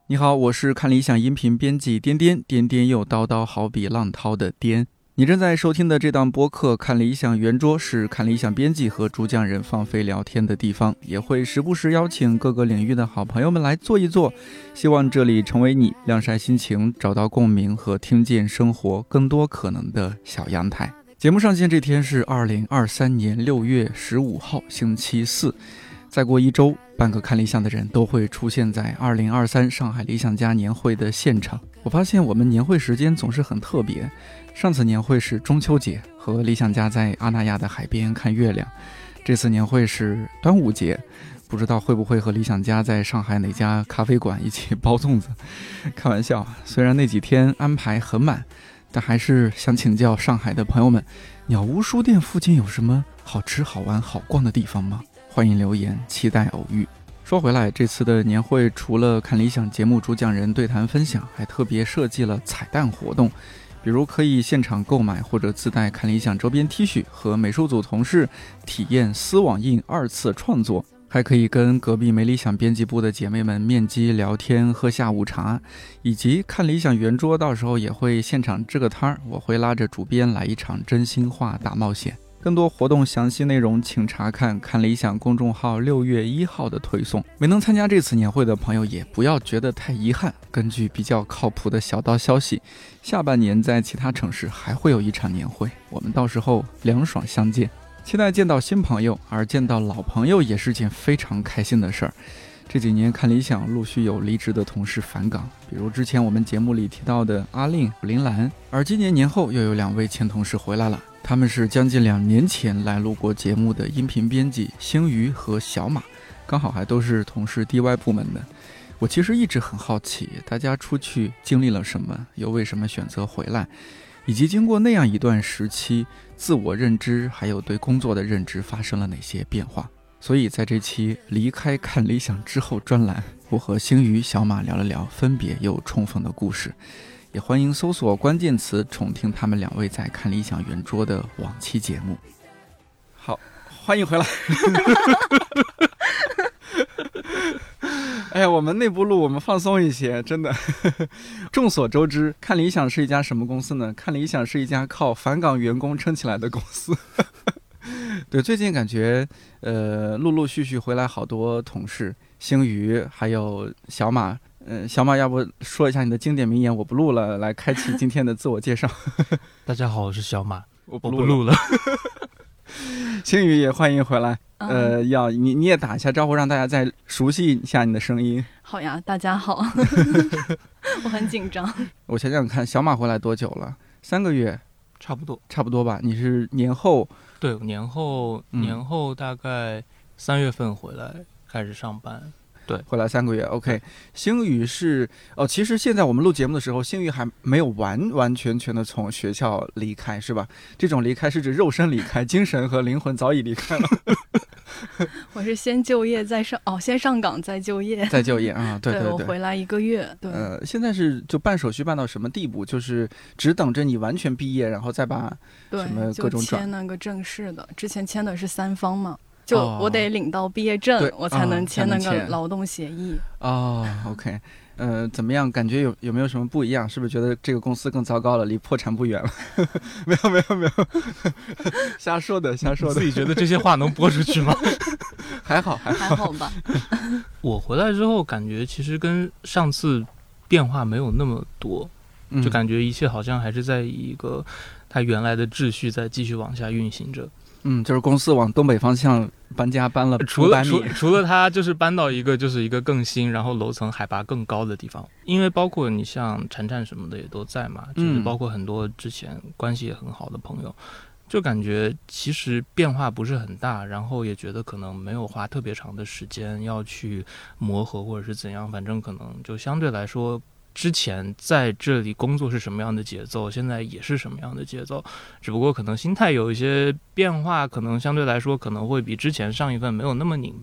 你好，我是看理想音频编辑颠颠，颠颠又叨叨，好比浪涛的颠。你正在收听的这档播客《看理想圆桌》是看理想编辑和主讲人放飞聊天的地方，也会时不时邀请各个领域的好朋友们来坐一坐，希望这里成为你晾晒心情、找到共鸣和听见生活更多可能的小阳台。节目上线这天是2023年6月15号，星期四。再过一周，半个看理想的人都会出现在2023上海理想家年会的现场。我发现我们年会时间总是很特别，上次年会是中秋节，和理想家在阿那亚的海边看月亮。这次年会是端午节，不知道会不会和理想家在上海哪家咖啡馆一起包粽子。开玩笑，虽然那几天安排很满，但还是想请教上海的朋友们，鸟屋书店附近有什么好吃好玩好逛的地方吗？欢迎留言，期待偶遇。说回来，这次的年会除了看理想节目主讲人对谈分享，还特别设计了彩蛋活动，比如可以现场购买或者自带看理想周边 T 恤，和美术组同事体验丝网印2次创作，还可以跟隔壁没理想编辑部的姐妹们面基聊天喝下午茶，以及看理想圆桌到时候也会现场支个摊儿，我会拉着主编来一场真心话大冒险。更多活动详细内容请查看看理想公众号6月1号的推送。没能参加这次年会的朋友也不要觉得太遗憾，根据比较靠谱的小道消息，下半年在其他城市还会有一场年会，我们到时候凉爽相见。期待见到新朋友，而见到老朋友也是件非常开心的事儿。这几年看理想陆续有离职的同事返岗，比如之前我们节目里提到的阿令、林兰，而今年年后又有2位前同事回来了，他们是将近2年前来录过节目的音频编辑星瑜和小马，刚好还都是同是 DY 部门的。我其实一直很好奇，大家出去经历了什么，又为什么选择回来，以及经过那样一段时期，自我认知还有对工作的认知发生了哪些变化。所以在这期离开看理想之后专栏，我和星瑜、小马聊了聊分别又重逢的故事，也欢迎搜索关键词重听他们2位在看理想圆桌的往期节目。好，欢迎回来。哎呀，我们内部录，我们放松一些，真的。众所周知，看理想是一家什么公司呢？看理想是一家靠返岗员工撑起来的公司。对，最近感觉陆陆续续回来好多同事，星瑜还有小马。小马要不说一下你的经典名言，我不录了，来开启今天的自我介绍。 大家好，我是小马， 我不录了。 星宇也欢迎回来。你也打一下招呼，让大家再熟悉一下你的声音。 好呀，大家好。我很紧张。 我想想看，小马回来多久了？3个月， 差不多吧。你是年后？ 对，年后大概3月份回来开始上班。对， 回来3个月 ，OK。星宇是其实现在我们录节目的时候，星宇还没有完完全全的从学校离开，是吧？这种离开是指肉身离开，精神和灵魂早已离开了。 我是先就业再上先上岗再就业， 啊，对， 我回来1个月，对。 现在是就办手续办到什么地步？就是只等着你完全毕业，然后再把什么各种就签那个正式的，之前签的是3方嘛。就我得领到毕业证，我才能签那个劳动协议。 OK， 怎么样？感觉有没有什么不一样？是不是觉得这个公司更糟糕了，离破产不远了？没有，瞎说的。 自己觉得这些话能播出去吗？ 还好吧。 我回来之后，感觉其实跟上次变化没有那么多，就感觉一切好像还是在以一个它原来的秩序在继续往下运行着。 就是公司往东北方向搬家，搬了500米。 除了它就是搬到一个更新，然后楼层海拔更高的地方。因为包括你像婵婵什么的也都在嘛，就是包括很多之前关系也很好的朋友，就感觉其实变化不是很大，然后也觉得可能没有花特别长的时间要去磨合或者是怎样，反正可能就相对来说之前在这里工作是什么样的节奏，现在也是什么样的节奏，只不过可能心态有一些变化，可能相对来说可能会比之前上一份没有那么拧巴，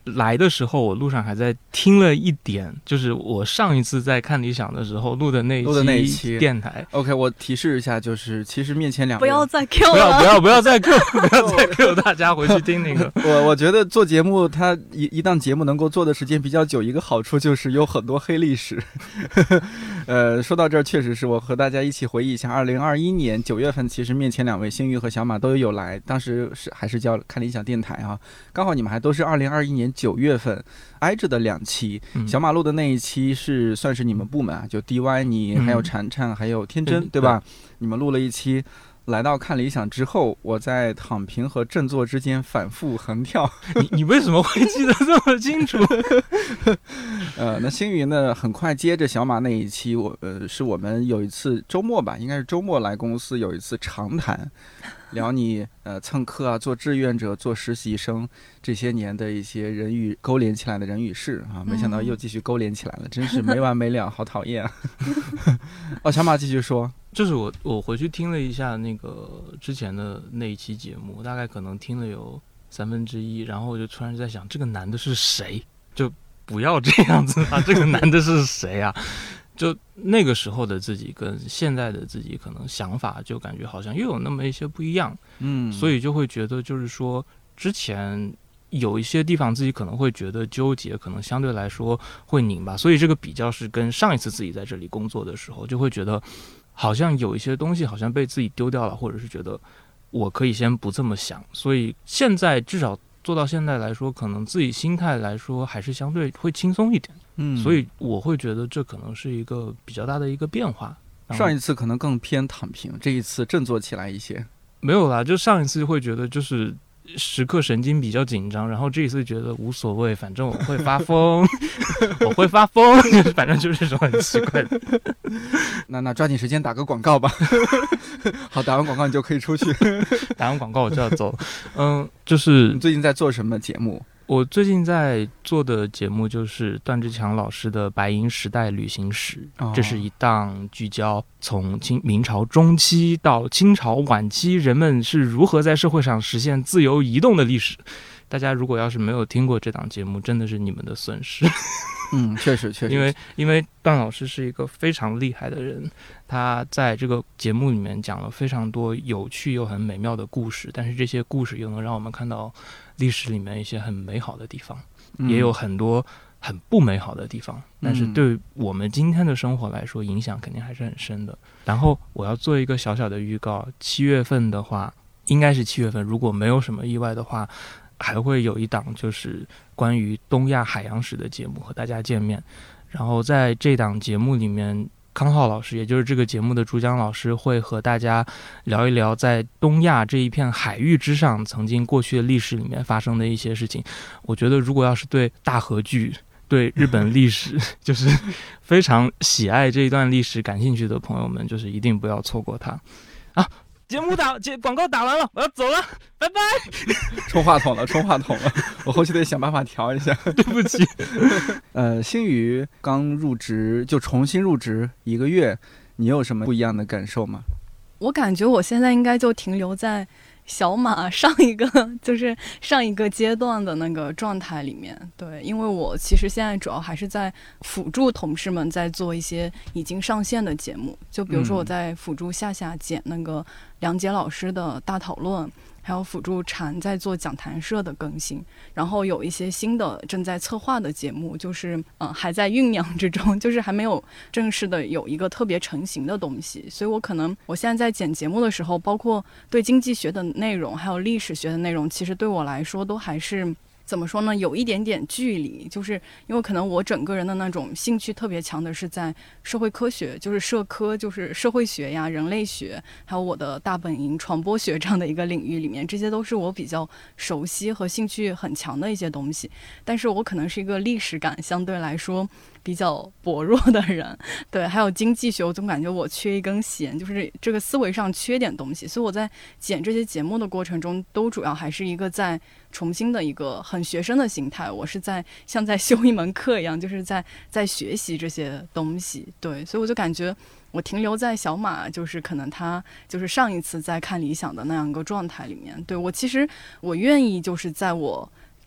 来的时候我路上还在听了一点，就是我上一次在看理想的时候录的那一期电台。 OK， 我提示一下，就是其实面前两位不要再 Q 了， 不要再 Q 不要再 Q 大家回去听那个我觉得做节目它一档节目能够做的时间比较久，一个好处就是有很多黑历史说到这儿，确实是我和大家一起回忆一下2021年9月份，其实面前两位星宇和小马都有来，当时还是叫看理想电台啊，刚好你们还都是2021年9月份挨着的2期。小马录的那一期是算是你们部门啊，就 DY 你还有禅禅还有天真，对吧？你们录了一期。来到看理想之后，我在躺平和振作之间反复横跳。 你为什么会记得这么清楚？ 那星宇呢，很快接着小马那一期，是我们有一次周末吧，应该是周末来公司有一次长谈，聊你蹭课啊，做志愿者、做实习生这些年的一些人与勾连起来的人与事啊，没想到又继续勾连起来了，真是没完没了，好讨厌啊！哦，小马继续说。 就是我回去听了一下那个之前的那一期节目，大概可能听了有1/3，然后我就突然在想，这个男的是谁？就不要这样子吧，这个男的是谁啊？就那个时候的自己跟现在的自己可能想法就感觉好像又有那么一些不一样，所以就会觉得就是说之前有一些地方自己可能会觉得纠结，可能相对来说会拧巴，所以这个比较是跟上一次自己在这里工作的时候，就会觉得好像有一些东西好像被自己丢掉了，或者是觉得我可以先不这么想，所以现在至少做到现在来说，可能自己心态来说还是相对会轻松一点，所以我会觉得这可能是一个比较大的一个变化。 上一次可能更偏躺平，这一次振作起来一些。 没有啦，就上一次会觉得就是时刻神经比较紧张，然后这一次觉得无所谓，反正我会发疯我会发疯，反正就是这种很奇怪的那抓紧时间打个广告吧好，打完广告你就可以出去打完广告我就要走就是你最近在做什么节目？ 我最近在做的节目就是段志强老师的《白银时代旅行史》，这是一档聚焦从明朝中期到清朝晚期人们是如何在社会上实现自由移动的历史。大家如果要是没有听过这档节目，真的是你们的损失确实因为段老师是一个非常厉害的人，他在这个节目里面讲了非常多有趣又很美妙的故事，但是这些故事又能让我们看到历史里面一些很美好的地方，也有很多很不美好的地方，但是对我们今天的生活来说影响肯定还是很深的。然后我要做一个小小的预告，7月份的话，应该是7月份，如果没有什么意外的话，还会有一档就是关于东亚海洋史的节目和大家见面。然后在这档节目里面，康浩老师，也就是这个节目的主讲老师，会和大家聊一聊在东亚这一片海域之上曾经过去的历史里面发生的一些事情。我觉得如果要是对大和剧、对日本历史就是非常喜爱这一段历史感兴趣的朋友们，就是一定不要错过它啊！广告打完了，我要走了，拜拜。 冲话筒了，我后期得想办法调一下。 对不起。 星宇刚入职，就重新入职1个月，你有什么不一样的感受吗？ 我感觉我现在应该就停留在小马上一个阶段的那个状态里面。对，因为我其实现在主要还是在辅助同事们在做一些已经上线的节目，就比如说我在辅助夏剪那个梁杰老师的大讨论，还有辅助禅在做讲坛社的更新，然后有一些新的正在策划的节目，就是还在酝酿之中，就是还没有正式的有一个特别成型的东西。所以我现在在剪节目的时候，包括对经济学的内容还有历史学的内容，其实对我来说都还是怎么说呢，有一点点距离，就是因为可能我整个人的那种兴趣特别强的是在社会科学，就是社科，就是社会学呀、人类学，还有我的大本营传播学这样的一个领域里面，这些都是我比较熟悉和兴趣很强的一些东西。但是我可能是一个历史感相对来说比较薄弱的人，对，还有经济学，我总感觉我缺一根弦，就是这个思维上缺点东西，所以我在剪这些节目的过程中，都主要还是一个在重新的一个很学生的心态，我是像在修一门课一样，就是在学习这些东西，对，所以我就感觉我停留在小马，就是可能他就是上一次在看理想的那样一个状态里面。对，我其实我愿意就是在我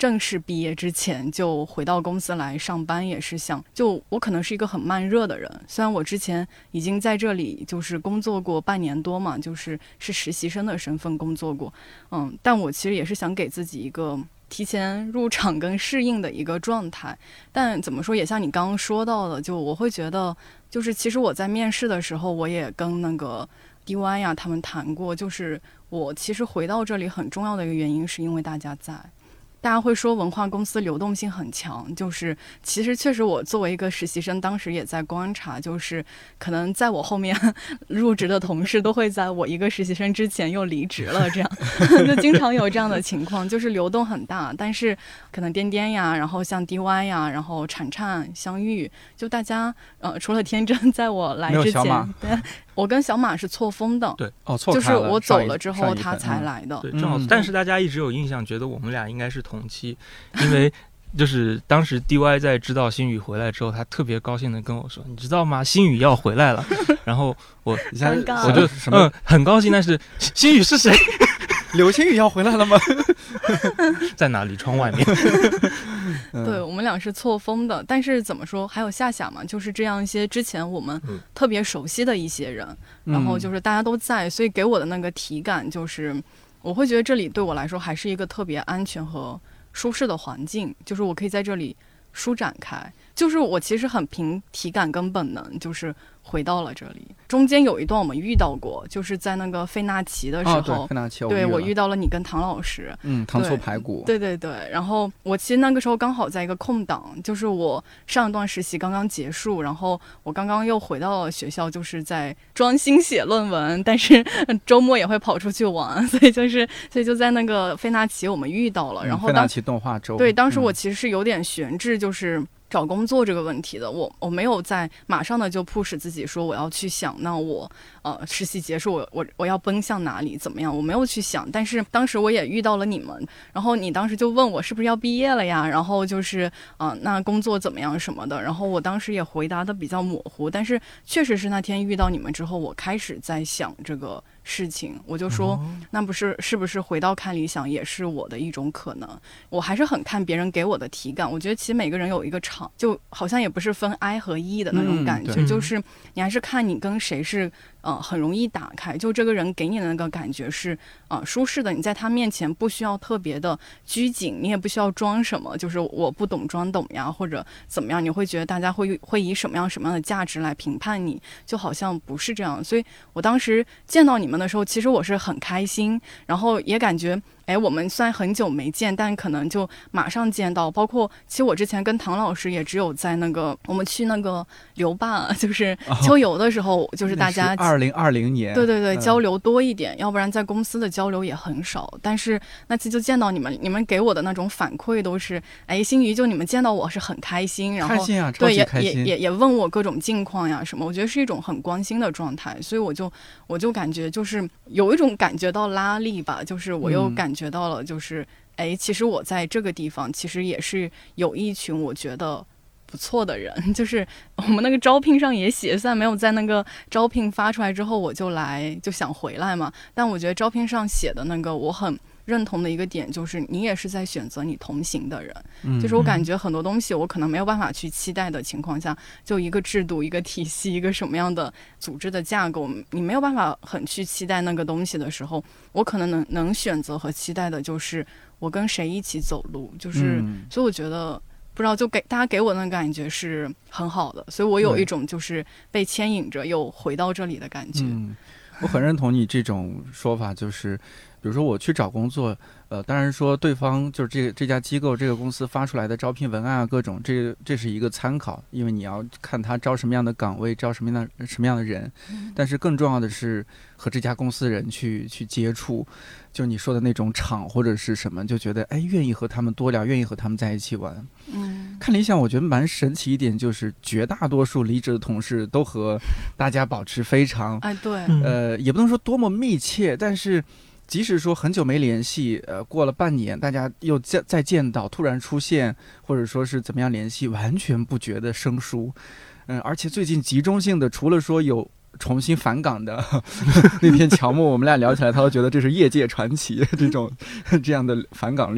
正式毕业之前就回到公司来上班，也是想，就我可能是一个很慢热的人，虽然我之前已经在这里就是工作过半年多嘛，就是实习生的身份工作过，但我其实也是想给自己一个提前入场跟适应的一个状态。但怎么说，也像你刚刚说到的，就我会觉得，就是其实我在面试的时候，我也跟那个 DY 呀他们谈过，就是我其实回到这里很重要的一个原因是因为大家在。大家会说文化公司流动性很强，就是其实确实我作为一个实习生，当时也在观察，就是可能在我后面入职的同事都会在我一个实习生之前又离职了，这样就经常有这样的情况，就是流动很大。但是可能颠颠呀，然后像 DY 呀，然后铲铲、相遇，就大家除了天真，在我来之前，对，我跟小马是错峰的， 对， 错开了， 就是我走了之后他才来的， 对，正好。但是大家一直有印象，觉得我们俩应该是同期，因为就是当时 DY 在知道星宇回来之后，他特别高兴的跟我说：“你知道吗？星宇要回来了。”然后我就很高兴，但是星宇是谁？ 刘星宇要回来了吗？ 在哪里？窗外面。 对，我们俩是错峰的，但是怎么说，还有夏夏嘛，就是这样一些之前我们特别熟悉的一些人，然后就是大家都在，所以给我的那个体感就是，我会觉得这里对我来说还是一个特别安全和舒适的环境，就是我可以在这里舒展开，就是我其实很凭体感跟本能，就是回到了这里。中间有一段我们遇到过，就是在那个费纳奇的时候， 对，费纳奇， 对，我遇到了你跟唐老师， 糖醋排骨， 对对对。然后我其实那个时候刚好在一个空档，就是我上一段实习刚刚结束，然后我刚刚又回到了学校，就是在专心写论文，但是周末也会跑出去玩，所以就在那个费纳奇我们遇到了，然后费纳奇动画周， 对，当时我其实是有点悬置，就是找工作这个问题的，我没有在马上的就 push 自己说我要去想，那我实习结束我要奔向哪里怎么样，我没有去想。但是当时我也遇到了你们，然后你当时就问我是不是要毕业了呀，然后就是那工作怎么样什么的，然后我当时也回答的比较模糊，但是确实是那天遇到你们之后，我开始在想这个事情，我就说那是不是回到看理想也是我的一种可能。我还是很看别人给我的体感，我觉得其实每个人有一个场，就好像也不是分 I 和 E 的那种感觉，就是你还是看你跟谁是很容易打开，就这个人给你的那个感觉是舒适的，你在他面前不需要特别的拘谨，你也不需要装什么，就是我不懂装懂呀或者怎么样，你会觉得大家会以什么样的价值来评判你，就好像不是这样。所以我当时见到你们的时候，其实我是很开心，然后也感觉我们虽然很久没见，但可能就马上见到。包括其实我之前跟唐老师也只有在那个我们去那个留坝，就是秋游的时候，就是大家 2020年， 对对对，交流多一点，要不然在公司的交流也很少。但是那次就见到你们给我的那种反馈都是，新宇就你们见到我是很开心，然后开心啊， 对， 超级开心， 也问我各种近况呀什么，我觉得是一种很关心的状态，所以我就感觉就是有一种感觉到拉力吧，就是我又感觉到了，就是其实我在这个地方其实也是有一群我觉得不错的人，就是我们那个招聘上也写，虽然没有在那个招聘发出来之后我就想回来嘛，但我觉得招聘上写的那个我很认同的一个点就是你也是在选择你同行的人，就是我感觉很多东西我可能没有办法去期待的情况下，就一个制度一个体系一个什么样的组织的架构，你没有办法很去期待那个东西的时候，我可能能选择和期待的就是我跟谁一起走路，就是所以我觉得不知道就大家给我的感觉是很好的，所以我有一种就是被牵引着又回到这里的感觉。 我很认同你这种说法，就是比如说我去找工作，当然说对方就是这家机构这个公司发出来的招聘文案啊，各种这是一个参考，因为你要看他招什么样的岗位，招什么样的人，但是更重要的是和这家公司的人去接触，就你说的那种场或者是什么，就觉得愿意和他们多聊，愿意和他们在一起玩。看理想我觉得蛮神奇一点，就是绝大多数离职的同事都和大家保持非常对， 也不能说多么密切，但是即使说很久没联系，过了半年大家又再见到，突然出现或者说是怎么样联系，完全不觉得生疏。而且最近集中性的，除了说有重新返岗的那天乔木我们俩聊起来，他都觉得这是业界传奇，这样的返岗率。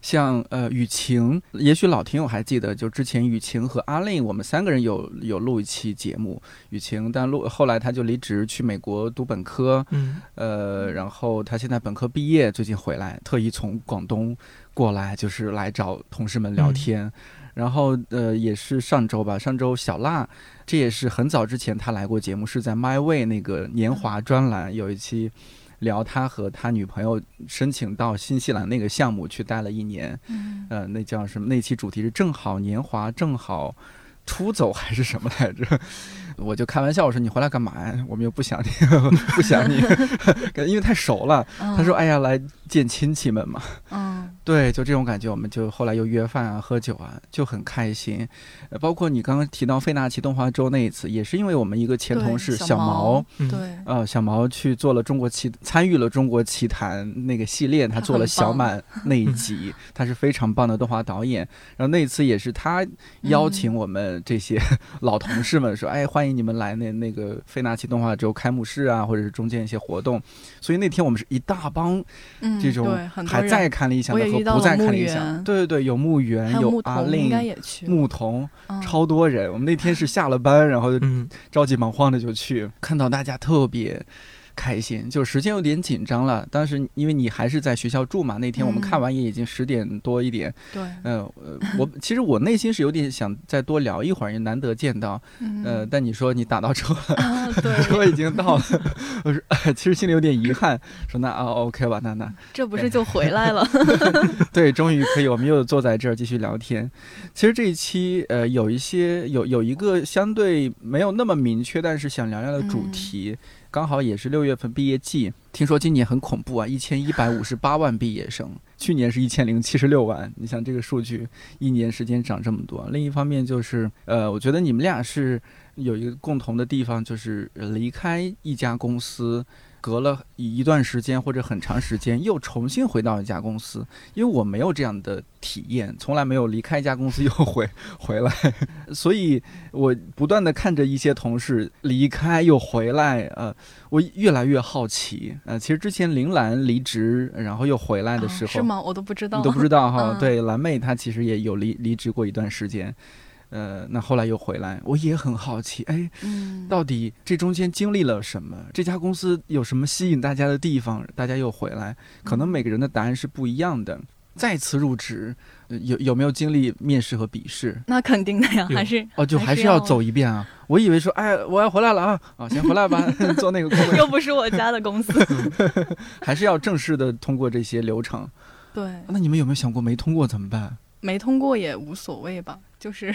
像雨晴，也许老听友还记得，就之前雨晴和阿令我们3个人有录一期节目，雨晴但后来他就离职去美国读本科，然后他现在本科毕业，最近回来，特意从广东过来，就是来找同事们聊天。然后也是上周小辣，这也是很早之前他来过节目，是在 My Way 那个年华专栏有一期聊他和他女朋友申请到新西兰那个项目去待了1年，那叫什么？那期主题是正好年华正好出走还是什么来着？我就开玩笑我说你回来干嘛呀？我们又不想你，不想你，因为太熟了。他说哎呀来见亲戚们嘛。对，就这种感觉，我们就后来又约饭啊、喝酒啊，就很开心。包括你刚刚提到费纳奇动画周那一次，也是因为我们一个前同事小毛， 对， 小毛去做了参与了中国奇谭那个系列，他做了小满那一集，他是非常棒的动画导演。然后那一次也是他邀请我们这些老同事们说，哎，欢迎你们来那个费纳奇动画周开幕式啊，或者是中间一些活动。所以那天我们是一大帮这种还在看理想的和不在看理想，对，有牧原，有阿令，牧童，超多人。我们那天是下了班，然后着急忙慌的就去，看到大家特别开心，就时间有点紧张了。当时因为你还是在学校住嘛，那天我们看完也已经10点多一点。 对， 其实我内心是有点想再多聊一会儿，也难得见到。但你说你打到车了，车已经到了，我说其实心里有点遗憾，说那OK 吧，那这不是就回来了？ 对，终于可以，我们又坐在这儿继续聊天。其实这一期有一个相对没有那么明确，但是想聊聊的主题。刚好也是6月份毕业季，听说今年很恐怖啊，1158万毕业生，去年是1076万。你想这个数据1年时间涨这么多。另一方面就是我觉得你们俩是有一个共同的地方，就是离开一家公司，隔了一段时间或者很长时间又重新回到一家公司。因为我没有这样的体验，从来没有离开一家公司又回来，所以我不断的看着一些同事离开又回来，我越来越好奇。其实之前林兰离职然后又回来的时候， 是吗？我都不知道。 你都不知道哈？对，蓝妹她其实也有离职过一段时间。那后来又回来，我也很好奇，到底这中间经历了什么？这家公司有什么吸引大家的地方？大家又回来，可能每个人的答案是不一样的。再次入职，有没有经历面试和笔试？ 那肯定的呀，还是要走一遍啊！我以为说，我要回来了啊，先回来吧，做那个工作。 又不是我家的公司， 还是要正式的通过这些流程。 对， 那你们有没有想过没通过怎么办？ 没通过也无所谓吧，就是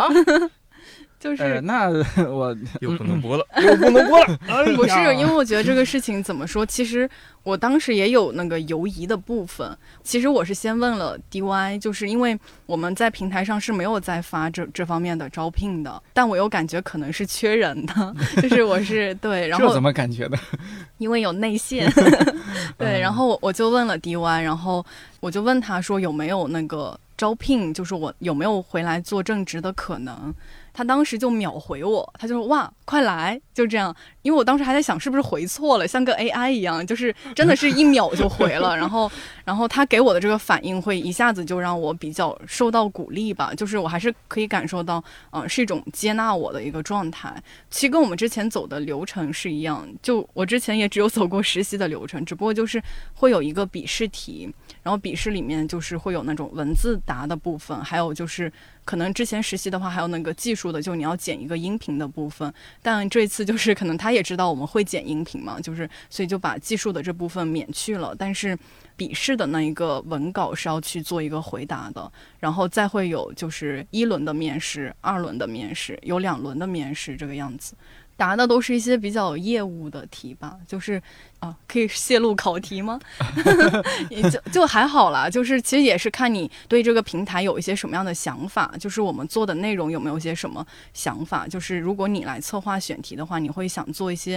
就是那我又不能播了， 又不能播了。 不是，因为我觉得这个事情怎么说，其实我当时也有那个犹疑的部分。其实我是先问了 DY， 就是因为我们在平台上是没有在发这方面的招聘的，但我又感觉可能是缺人的，就是我是对，然后这怎么感觉的？ 因为有内线，对，然后我就问了 DY， 然后我就问他说有没有那个招聘，就是我有没有回来做正职的可能。他当时就秒回我，他就说哇快来，就这样。因为我当时还在想是不是回错了，像个 AI 一样，就是真的是1秒就回了。然后他给我的这个反应会一下子就让我比较受到鼓励吧，就是我还是可以感受到是一种接纳我的一个状态。其实跟我们之前走的流程是一样，就我之前也只有走过实习的流程，只不过就是会有一个笔试题，然后笔试里面就是会有那种文字答的部分，还有就是可能之前实习的话还有那个技术的，就你要剪一个音频的部分。但这次就是可能他也知道我们会剪音频嘛，就是所以就把技术的这部分免去了，但是笔试的那一个文稿是要去做一个回答的，然后再会有就是1轮的面试、2轮的面试，有2轮的面试，这个样子。答的都是一些比较业务的题吧，就是可以泄露考题吗？就还好啦，就是其实也是看你对这个平台有一些什么样的想法，就是我们做的内容有没有一些什么想法，就是如果你来策划选题的话，你会想做一些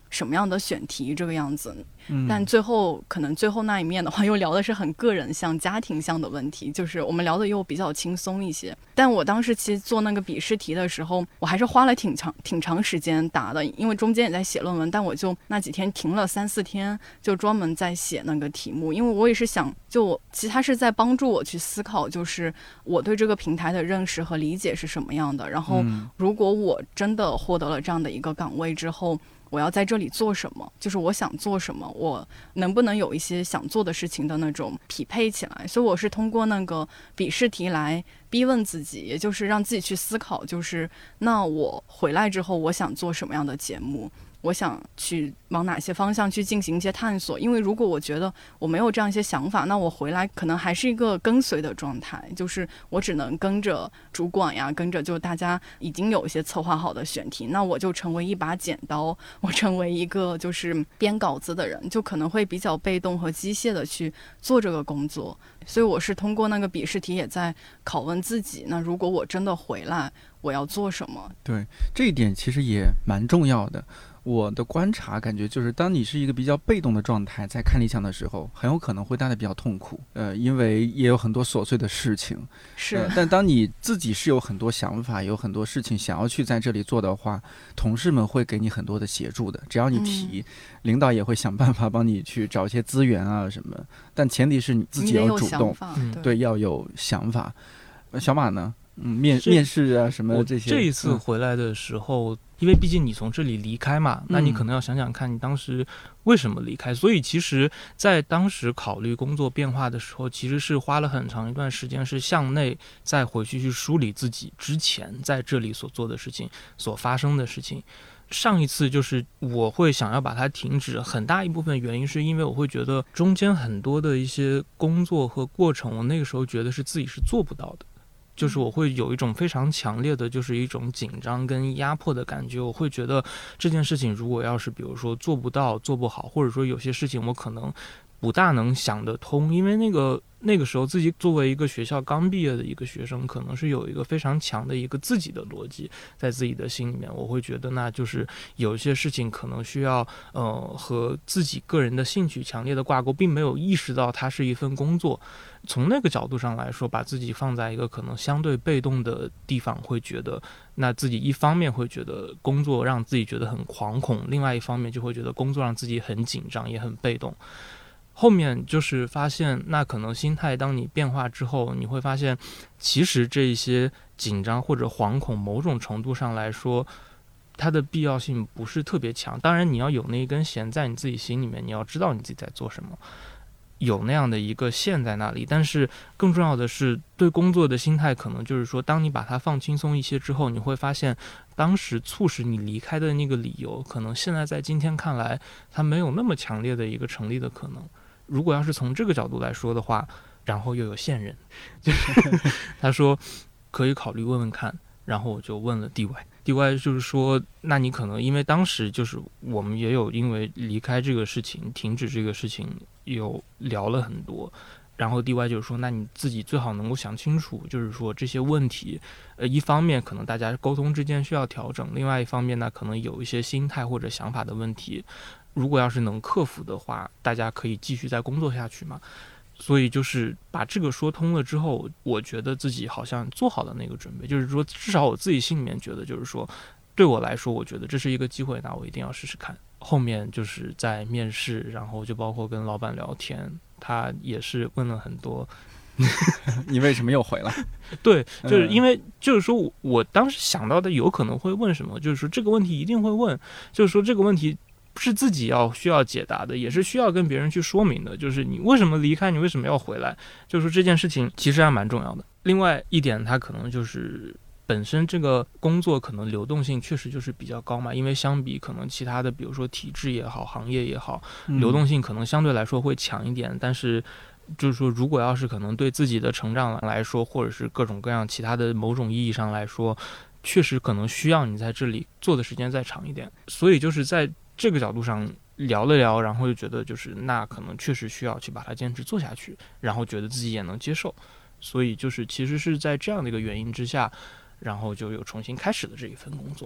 什么样的选题这个样子。但最后可能最后那一面的话，又聊的是很个人向、家庭向的问题，就是我们聊的又比较轻松一些。但我当时其实做那个笔试题的时候，我还是花了挺长时间答的，因为中间也在写论文，但我就那几天停了3-4天，就专门在写那个题目，因为我也是想，其实它是在帮助我去思考，就是我对这个平台的认识和理解是什么样的。然后，如果我真的获得了这样的一个岗位之后，我要在这里做什么，就是我想做什么，我能不能有一些想做的事情的那种匹配起来。所以我是通过那个笔试题来逼问自己，也就是让自己去思考，就是那我回来之后我想做什么样的节目，我想去往哪些方向去进行一些探索。因为如果我觉得我没有这样一些想法，那我回来可能还是一个跟随的状态，就是我只能跟着主管呀，跟着就大家已经有一些策划好的选题，那我就成为一把剪刀，我成为一个就是编稿子的人，就可能会比较被动和机械的去做这个工作。所以我是通过那个笔试题也在拷问自己，那如果我真的回来我要做什么。 对，这一点其实也蛮重要的。我的观察感觉就是，当你是一个比较被动的状态，在看理想的时候，很有可能会待得比较痛苦。因为也有很多琐碎的事情。 是。 但当你自己是有很多想法，有很多事情想要去在这里做的话，同事们会给你很多的协助的。只要你提，领导也会想办法帮你去找一些资源啊什么。但前提是你自己要主动，对，要有想法。小马呢？面试啊什么这些。 这一次回来的时候，因为毕竟你从这里离开嘛，那你可能要想想看你当时为什么离开。所以其实在当时考虑工作变化的时候，其实是花了很长一段时间，是向内再回去梳理自己之前在这里所做的事情，所发生的事情。上一次就是我会想要把它停止，很大一部分原因是因为我会觉得中间很多的一些工作和过程，我那个时候觉得是自己是做不到的。就是我会有一种非常强烈的，就是一种紧张跟压迫的感觉。我会觉得这件事情如果要是比如说做不到、做不好，或者说有些事情我可能不大能想得通，因为那个时候自己作为一个学校刚毕业的一个学生，可能是有一个非常强的一个自己的逻辑在自己的心里面。我会觉得那就是有一些事情可能需要和自己个人的兴趣强烈的挂钩，并没有意识到它是一份工作。从那个角度上来说，把自己放在一个可能相对被动的地方，会觉得那自己一方面会觉得工作让自己觉得很惶恐，另外一方面就会觉得工作让自己很紧张也很被动。后面就是发现那可能心态当你变化之后，你会发现其实这些紧张或者惶恐某种程度上来说它的必要性不是特别强。当然你要有那一根弦在你自己心里面，你要知道你自己在做什么，有那样的一个线在那里。但是更重要的是对工作的心态，可能就是说当你把它放轻松一些之后，你会发现当时促使你离开的那个理由，可能现在在今天看来它没有那么强烈的一个成立的可能。如果要是从这个角度来说的话，然后又有线人就是他说可以考虑问问看，然后我就问了 DY 就是说那你可能因为当时就是我们也有因为离开这个事情停止这个事情有聊了很多，然后 DY 就是说那你自己最好能够想清楚，就是说这些问题一方面可能大家沟通之间需要调整，另外一方面呢可能有一些心态或者想法的问题，如果要是能克服的话，大家可以继续再工作下去嘛。所以就是把这个说通了之后，我觉得自己好像做好了那个准备，就是说至少我自己心里面觉得就是说对我来说我觉得这是一个机会，那我一定要试试看。后面就是在面试，然后就包括跟老板聊天，他也是问了很多你为什么又回来？ 对，就是因为就是说我当时想到的有可能会问什么，就是说这个问题一定会问，就是说这个问题是自己需要解答的，也是需要跟别人去说明的，就是你为什么离开，你为什么要回来，就是说这件事情其实还蛮重要的。另外一点它可能就是本身这个工作可能流动性确实就是比较高嘛，因为相比可能其他的比如说体制也好行业也好，流动性可能相对来说会强一点，但是就是说如果要是可能对自己的成长来说，或者是各种各样其他的某种意义上来说，确实可能需要你在这里做的时间再长一点。所以就是在这个角度上聊了聊，然后就觉得就是那可能确实需要去把它坚持做下去，然后觉得自己也能接受。所以就是其实是在这样的一个原因之下，然后就有重新开始了这一份工作。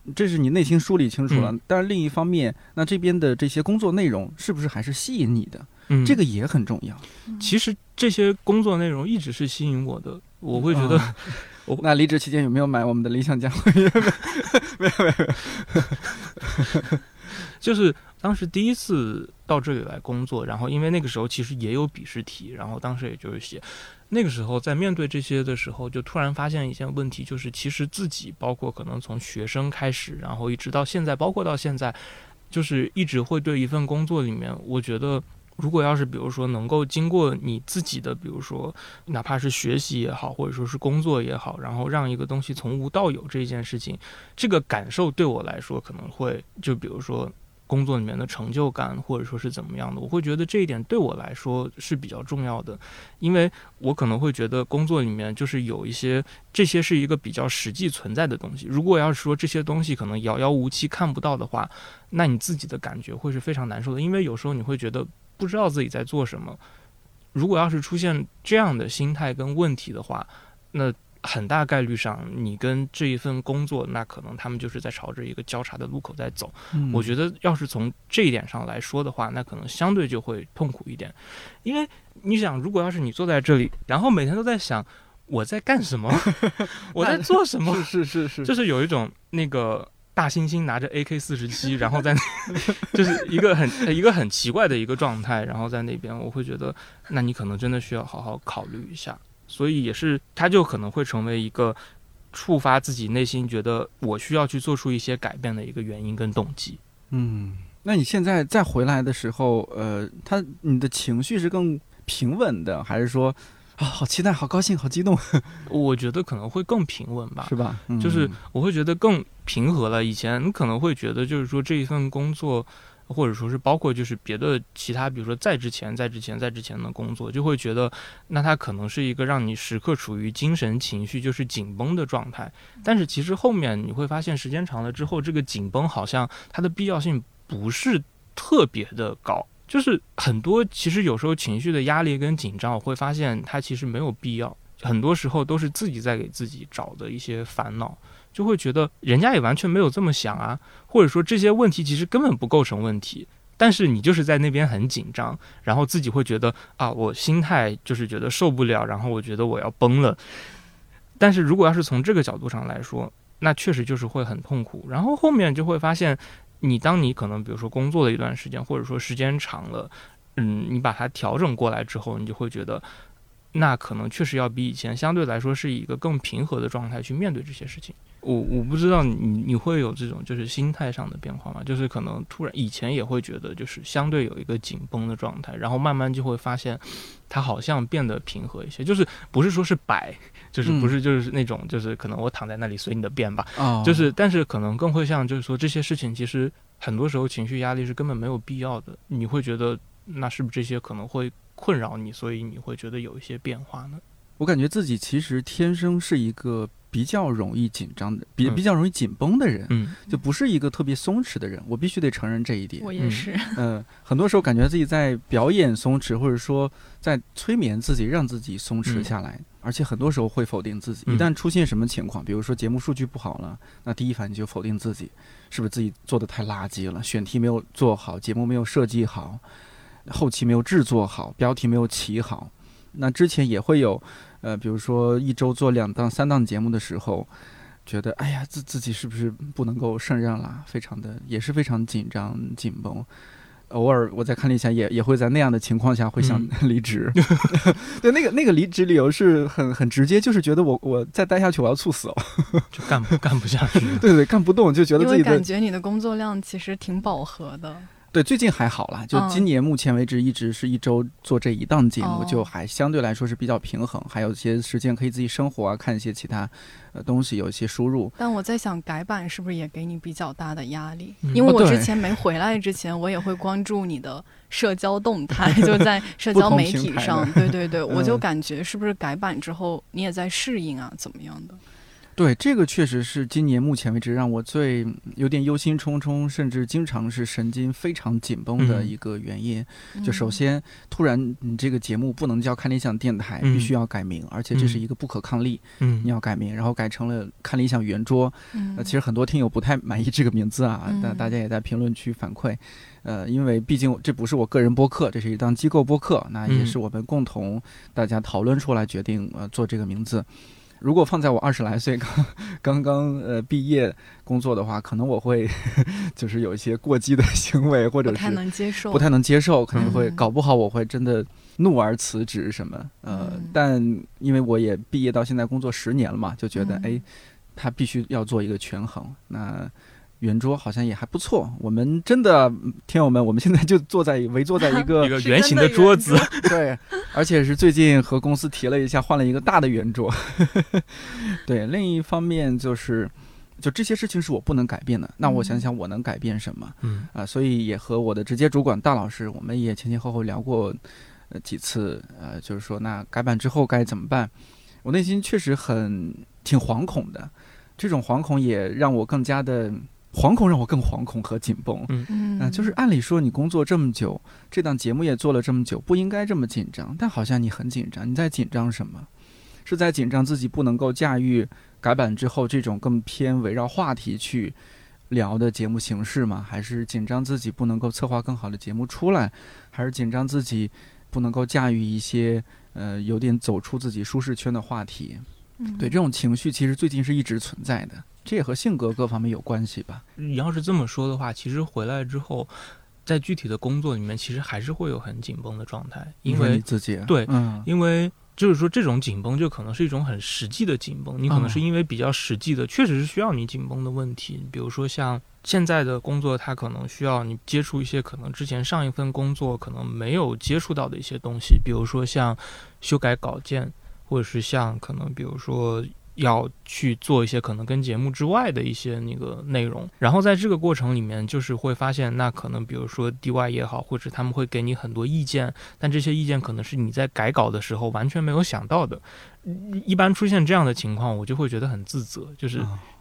这是你内心梳理清楚了。但是另一方面，那这边的这些工作内容是不是还是吸引你的？这个也很重要。 其实这些工作内容一直是吸引我的，我会觉得那离职期间有没有买我们的理想家会员？没有。 就是当时第一次到这里来工作，然后因为那个时候其实也有笔试题，然后当时也就是写，那个时候在面对这些的时候，就突然发现一件问题，就是其实自己包括可能从学生开始，然后一直到现在，包括到现在，就是一直会对一份工作里面，我觉得如果要是比如说能够经过你自己的比如说哪怕是学习也好，或者说是工作也好，然后让一个东西从无到有这件事情，这个感受对我来说可能会就比如说工作里面的成就感，或者说是怎么样的，我会觉得这一点对我来说是比较重要的。因为我可能会觉得工作里面就是有一些这些是一个比较实际存在的东西，如果要是说这些东西可能遥遥无期看不到的话，那你自己的感觉会是非常难受的。因为有时候你会觉得不知道自己在做什么，如果要是出现这样的心态跟问题的话，那很大概率上你跟这一份工作，那可能他们就是在朝着一个交叉的路口在走。我觉得要是从这一点上来说的话，那可能相对就会痛苦一点。因为你想，如果要是你坐在这里，然后每天都在想我在干什么我在做什么， 是就是有一种那个大猩猩拿着 AK47 然后在就是一个很奇怪的一个状态，然后在那边我会觉得那你可能真的需要好好考虑一下。所以也是它就可能会成为一个触发自己内心觉得我需要去做出一些改变的一个原因跟动机。 那你现在再回来的时候你的情绪是更平稳的，还是说好期待好高兴好激动？ 我觉得可能会更平稳吧， 是吧？ 就是我会觉得更平和了。以前你可能会觉得就是说这一份工作或者说是包括就是别的其他比如说在之前的工作，就会觉得那它可能是一个让你时刻处于精神情绪就是紧绷的状态。但是其实后面你会发现时间长了之后，这个紧绷好像它的必要性不是特别的高，就是很多其实有时候情绪的压力跟紧张，我会发现它其实没有必要，很多时候都是自己在给自己找的一些烦恼，就会觉得人家也完全没有这么想啊，或者说这些问题其实根本不构成问题，但是你就是在那边很紧张，然后自己会觉得我心态就是觉得受不了，然后我觉得我要崩了。但是如果要是从这个角度上来说，那确实就是会很痛苦。然后后面就会发现当你可能比如说工作了一段时间，或者说时间长了，你把它调整过来之后，你就会觉得那可能确实要比以前相对来说是以一个更平和的状态去面对这些事情。我不知道你会有这种就是心态上的变化吗？就是可能突然以前也会觉得就是相对有一个紧绷的状态，然后慢慢就会发现它好像变得平和一些，就是不是说是摆，就是不是就是那种就是可能我躺在那里随你的便吧，就是但是可能更会像就是说这些事情其实很多时候情绪压力是根本没有必要的，你会觉得那是不是这些可能会困扰你，所以你会觉得有一些变化呢？ 我感觉自己其实天生是一个比较容易紧张的比较容易紧绷的人，就不是一个特别松弛的人，我必须得承认这一点。 我也是很多时候感觉自己在表演松弛，或者说在催眠自己让自己松弛下来，而且很多时候会否定自己，一旦出现什么情况，比如说节目数据不好了，那第一反应就否定自己，是不是自己做的太垃圾了，选题没有做好，节目没有设计好，后期没有制作好，标题没有起好。那之前也会有比如说一周做2档3档节目的时候，觉得哎呀自己是不是不能够胜任了，也是非常紧张紧绷。偶尔我再看了一下，也会在那样的情况下会想离职。对，那个离职理由是很直接，就是觉得我再待下去我要猝死了， 就干不下去。 对，干不动，就觉得自己因为感觉你的工作量其实挺饱和的。 对，最近还好啦，就今年目前为止一直是一周做这1档节目，就还相对来说是比较平衡，还有一些时间可以自己生活啊，看一些其他东西，有一些输入。 但我在想改版是不是也给你比较大的压力？因为我之前没回来之前，我也会关注你的社交动态，就在社交媒体上。对，我就感觉是不是改版之后你也在适应啊，怎么样的？ 对，这个确实是今年目前为止让我最有点忧心忡忡，甚至经常是神经非常紧绷的一个原因。就首先，突然你这个节目不能叫看理想电台，必须要改名，而且这是一个不可抗力，你要改名，然后改成了看理想圆桌。其实很多听友不太满意这个名字啊，但大家也在评论区反馈。因为毕竟这不是我个人播客，这是一档机构播客，那也是我们共同大家讨论出来决定做这个名字。如果放在我20来岁刚刚毕业工作的话，可能我会就是有一些过激的行为，或者是不太能接受，可能会搞不好我会真的怒而辞职什么。但因为我也毕业到现在工作10年了嘛，就觉得他必须要做一个权衡。那圆桌好像也还不错，我们真的听友们，我们现在就围坐在一个圆形的桌子， 对，而且是最近和公司提了一下，换了一个大的圆桌。对，另一方面就这些事情是我不能改变的，那我想想我能改变什么？所以也和我的直接主管大老师，我们也前前后后聊过几次，就是说那改版之后该怎么办？我内心确实挺惶恐的，这种惶恐也让我更加的。惶恐让我更惶恐和紧绷，就是按理说你工作这么久，这档节目也做了这么久，不应该这么紧张，但好像你很紧张，你在紧张什么？是在紧张自己不能够驾驭改版之后这种更偏围绕话题去聊的节目形式吗？还是紧张自己不能够策划更好的节目出来？还是紧张自己不能够驾驭一些有点走出自己舒适圈的话题？对，这种情绪其实最近是一直存在的。这也和性格各方面有关系吧。 你要是这么说的话，其实回来之后，在具体的工作里面，其实还是会有很紧绷的状态，因为你自己对，因为就是说这种紧绷就可能是一种很实际的紧绷，你可能是因为比较实际的，确实是需要你紧绷的问题，比如说像现在的工作，它可能需要你接触一些可能之前上一份工作可能没有接触到的一些东西，比如说像修改稿件，或者是像可能比如说要去做一些可能跟节目之外的一些那个内容，然后在这个过程里面就是会发现，那可能比如说 DY 也好，或者他们会给你很多意见，但这些意见可能是你在改稿的时候完全没有想到的。一般出现这样的情况，我就会觉得很自责，就是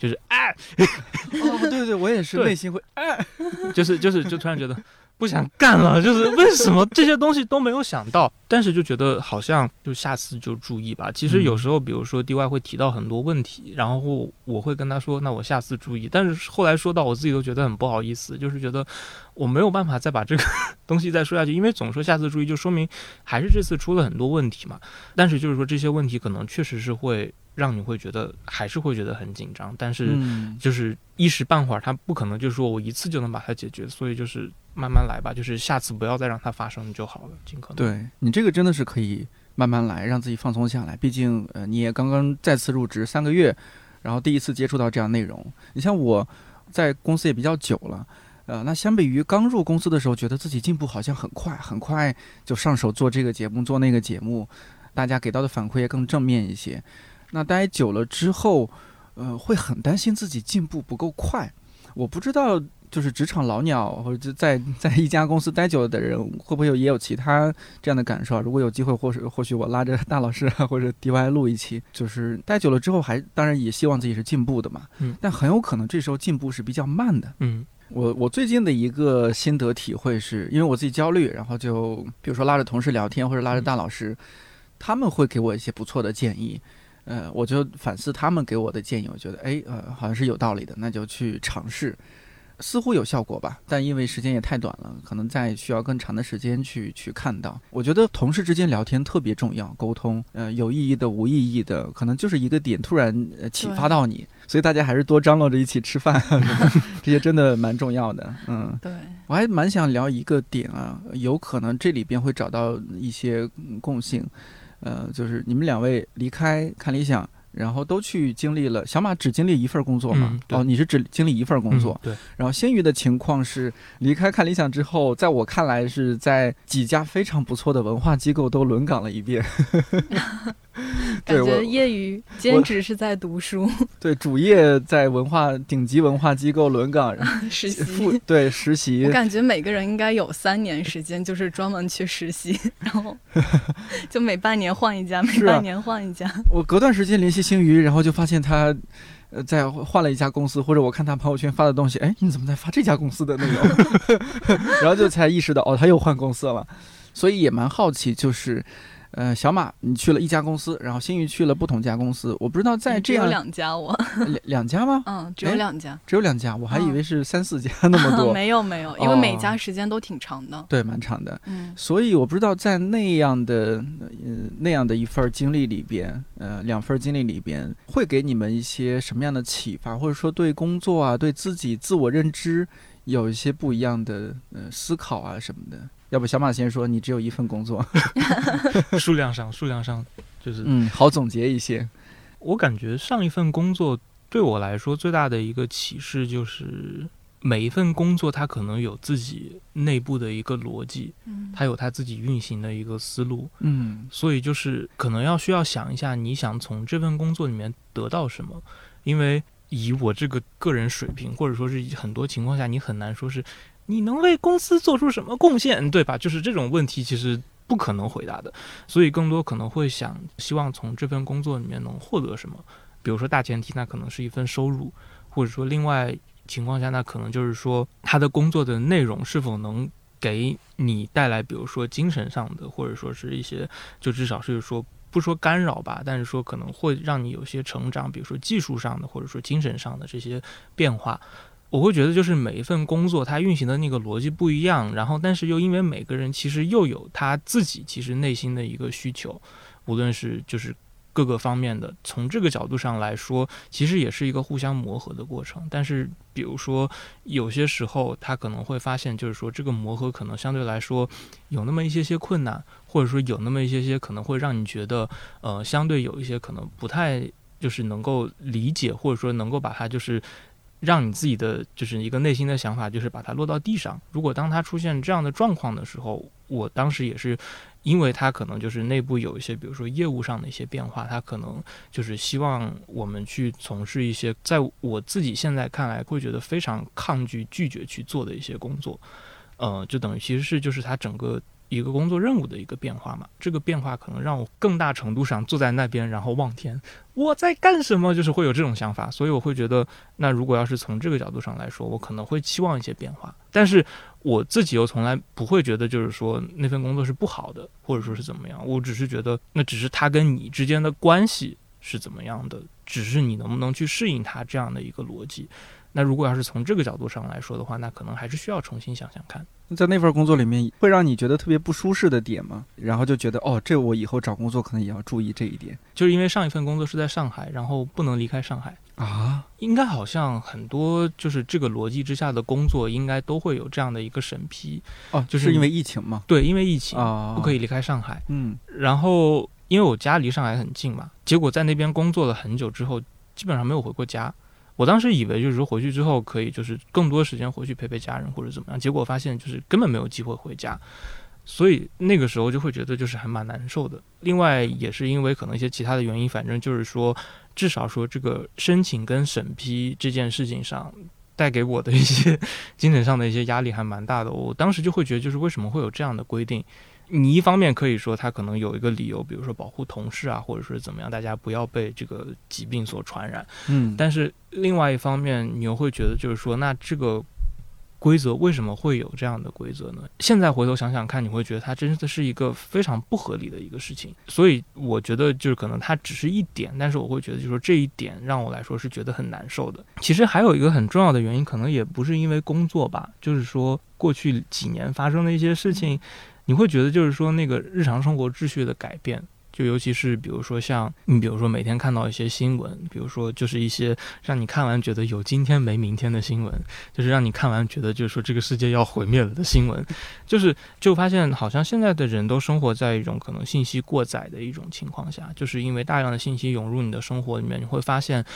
对，我也是内心会就突然觉得不想干了，就是为什么这些东西都没有想到，但是就觉得好像就下次就注意吧。其实有时候比如说 DY 会提到很多问题，然后我会跟他说那我下次注意，但是后来说到我自己都觉得很不好意思，就是觉得我没有办法再把这个东西再说下去，因为总说下次注意就说明还是这次出了很多问题嘛。但是就是说这些问题可能确实是会让你会觉得还是会觉得很紧张，但是就是一时半会儿他不可能就是说我一次就能把它解决，所以就是慢慢来吧，就是下次不要再让它发生就好了，尽可能。 对，你这个真的是可以慢慢来，让自己放松下来，毕竟你也刚刚再次入职3个月，然后第一次接触到这样内容。你像我在公司也比较久了，那相比于刚入公司的时候，觉得自己进步好像很快就上手做这个节目做那个节目，大家给到的反馈也更正面一些。那待久了之后，会很担心自己进步不够快。我不知道，就是职场老鸟或者在一家公司待久了的人，会不会也有其他这样的感受？如果有机会，或许我拉着大老师或者 DY 录一期，就是待久了之后，当然也希望自己是进步的嘛。但很有可能这时候进步是比较慢的。我最近的一个心得体会是，因为我自己焦虑，然后就比如说拉着同事聊天，或者拉着大老师，他们会给我一些不错的建议。我就反思他们给我的建议，我觉得好像是有道理的，那就去尝试，似乎有效果吧，但因为时间也太短了，可能再需要更长的时间去看到。我觉得同事之间聊天特别重要，沟通，有意义的无意义的，可能就是一个点突然启发到你，所以大家还是多张罗着一起吃饭这些真的蛮重要的。 对， 我还蛮想聊一个点啊，有可能这里边会找到一些共性。就是你们2位离开看理想，然后都去经历了，小马只经历一份工作嘛？你是只经历一份工作， 对。 然后鲜鱼的情况是离开看理想之后，在我看来是在几家非常不错的文化机构都轮岗了一遍。 感觉业余兼职是在读书， 对，主业在顶级文化机构轮岗实习， 对，实习。 我感觉每个人应该有3年时间，就是专门去实习，然后就每半年换一家，每半年换一家。 我隔段时间联系星宇，然后就发现他在换了一家公司，或者我看他朋友圈发的东西，哎，你怎么在发这家公司的内容？然后就才意识到，他又换公司了。所以也蛮好奇，就是小马你去了一家公司，然后星宇去了不同家公司，我不知道在这样只有2家两家吗？ 只有2家， 只有2家，我还以为是3、4家那么多。 没有，因为每家时间都挺长的， 对，蛮长的。所以我不知道在那样的一份经历里边，2份经历里边，会给你们一些什么样的启发，或者说对工作啊，对自己自我认知有一些不一样的思考啊什么的。要不小马先说，你只有1份工作。 数量上就是好总结一些。 我感觉上一份工作对我来说最大的一个启示就是，每一份工作它可能有自己内部的一个逻辑，它有它自己运行的一个思路，所以就是可能需要想一下你想从这份工作里面得到什么，因为以我这个个人水平，或者说是很多情况下你很难说是你能为公司做出什么贡献，对吧？就是这种问题其实不可能回答的，所以更多可能会希望从这份工作里面能获得什么。比如说大前提那可能是一份收入，或者说另外情况下那可能就是说他的工作的内容是否能给你带来比如说精神上的，或者说是一些就至少是说不说干扰吧，但是说可能会让你有些成长，比如说技术上的或者说精神上的这些变化。我会觉得就是每一份工作它运行的那个逻辑不一样，然后但是又因为每个人其实又有他自己其实内心的一个需求，无论是就是各个方面的，从这个角度上来说其实也是一个互相磨合的过程。但是比如说有些时候他可能会发现就是说这个磨合可能相对来说有那么一些困难，或者说有那么一些可能会让你觉得相对有一些可能不太就是能够理解，或者说能够把它就是让你自己的就是一个内心的想法就是把它落到地上。如果当它出现这样的状况的时候，我当时也是因为它可能就是内部有一些比如说业务上的一些变化，它可能就是希望我们去从事一些在我自己现在看来会觉得非常抗拒拒绝去做的一些工作，就等于其实是就是它整个一个工作任务的一个变化嘛。这个变化可能让我更大程度上坐在那边然后望天我在干什么，就是会有这种想法。所以我会觉得那如果要是从这个角度上来说，我可能会期望一些变化，但是我自己又从来不会觉得就是说那份工作是不好的，或者说是怎么样，我只是觉得那只是它跟你之间的关系是怎么样的，只是你能不能去适应它这样的一个逻辑。那如果要是从这个角度上来说的话，那可能还是需要重新想想看。 在那份工作里面会让你觉得特别不舒适的点吗？然后就觉得这我以后找工作可能也要注意这一点。 就是因为上一份工作是在上海，然后不能离开上海啊， 应该好像很多就是这个逻辑之下的工作应该都会有这样的一个审批。 就是因为疫情吗？ 对，因为疫情不可以离开上海。然后因为我家离上海很近嘛，结果在那边工作了很久之后基本上没有回过家。我当时以为就是说回去之后可以就是更多时间回去陪陪家人或者怎么样，结果发现就是根本没有机会回家，所以那个时候就会觉得就是还蛮难受的。另外也是因为可能一些其他的原因，反正就是说至少说这个申请跟审批这件事情上带给我的一些精神上的一些压力还蛮大的。我当时就会觉得就是为什么会有这样的规定，你一方面可以说他可能有一个理由，比如说保护同事啊，或者说怎么样大家不要被这个疾病所传染，但是另外一方面你又会觉得就是说那这个规则为什么会有这样的规则呢？现在回头想想看，你会觉得它真的是一个非常不合理的一个事情。所以我觉得就是可能它只是一点，但是我会觉得就是说这一点让我来说是觉得很难受的。其实还有一个很重要的原因，可能也不是因为工作吧，就是说过去几年发生的一些事情，你会觉得就是说那个日常生活秩序的改变，就尤其是比如说像你比如说每天看到一些新闻，比如说就是一些让你看完觉得有今天没明天的新闻，就是让你看完觉得就是说这个世界要毁灭了的新闻，就发现好像现在的人都生活在一种可能信息过载的一种情况下，就是因为大量的信息涌入你的生活里面，你会发现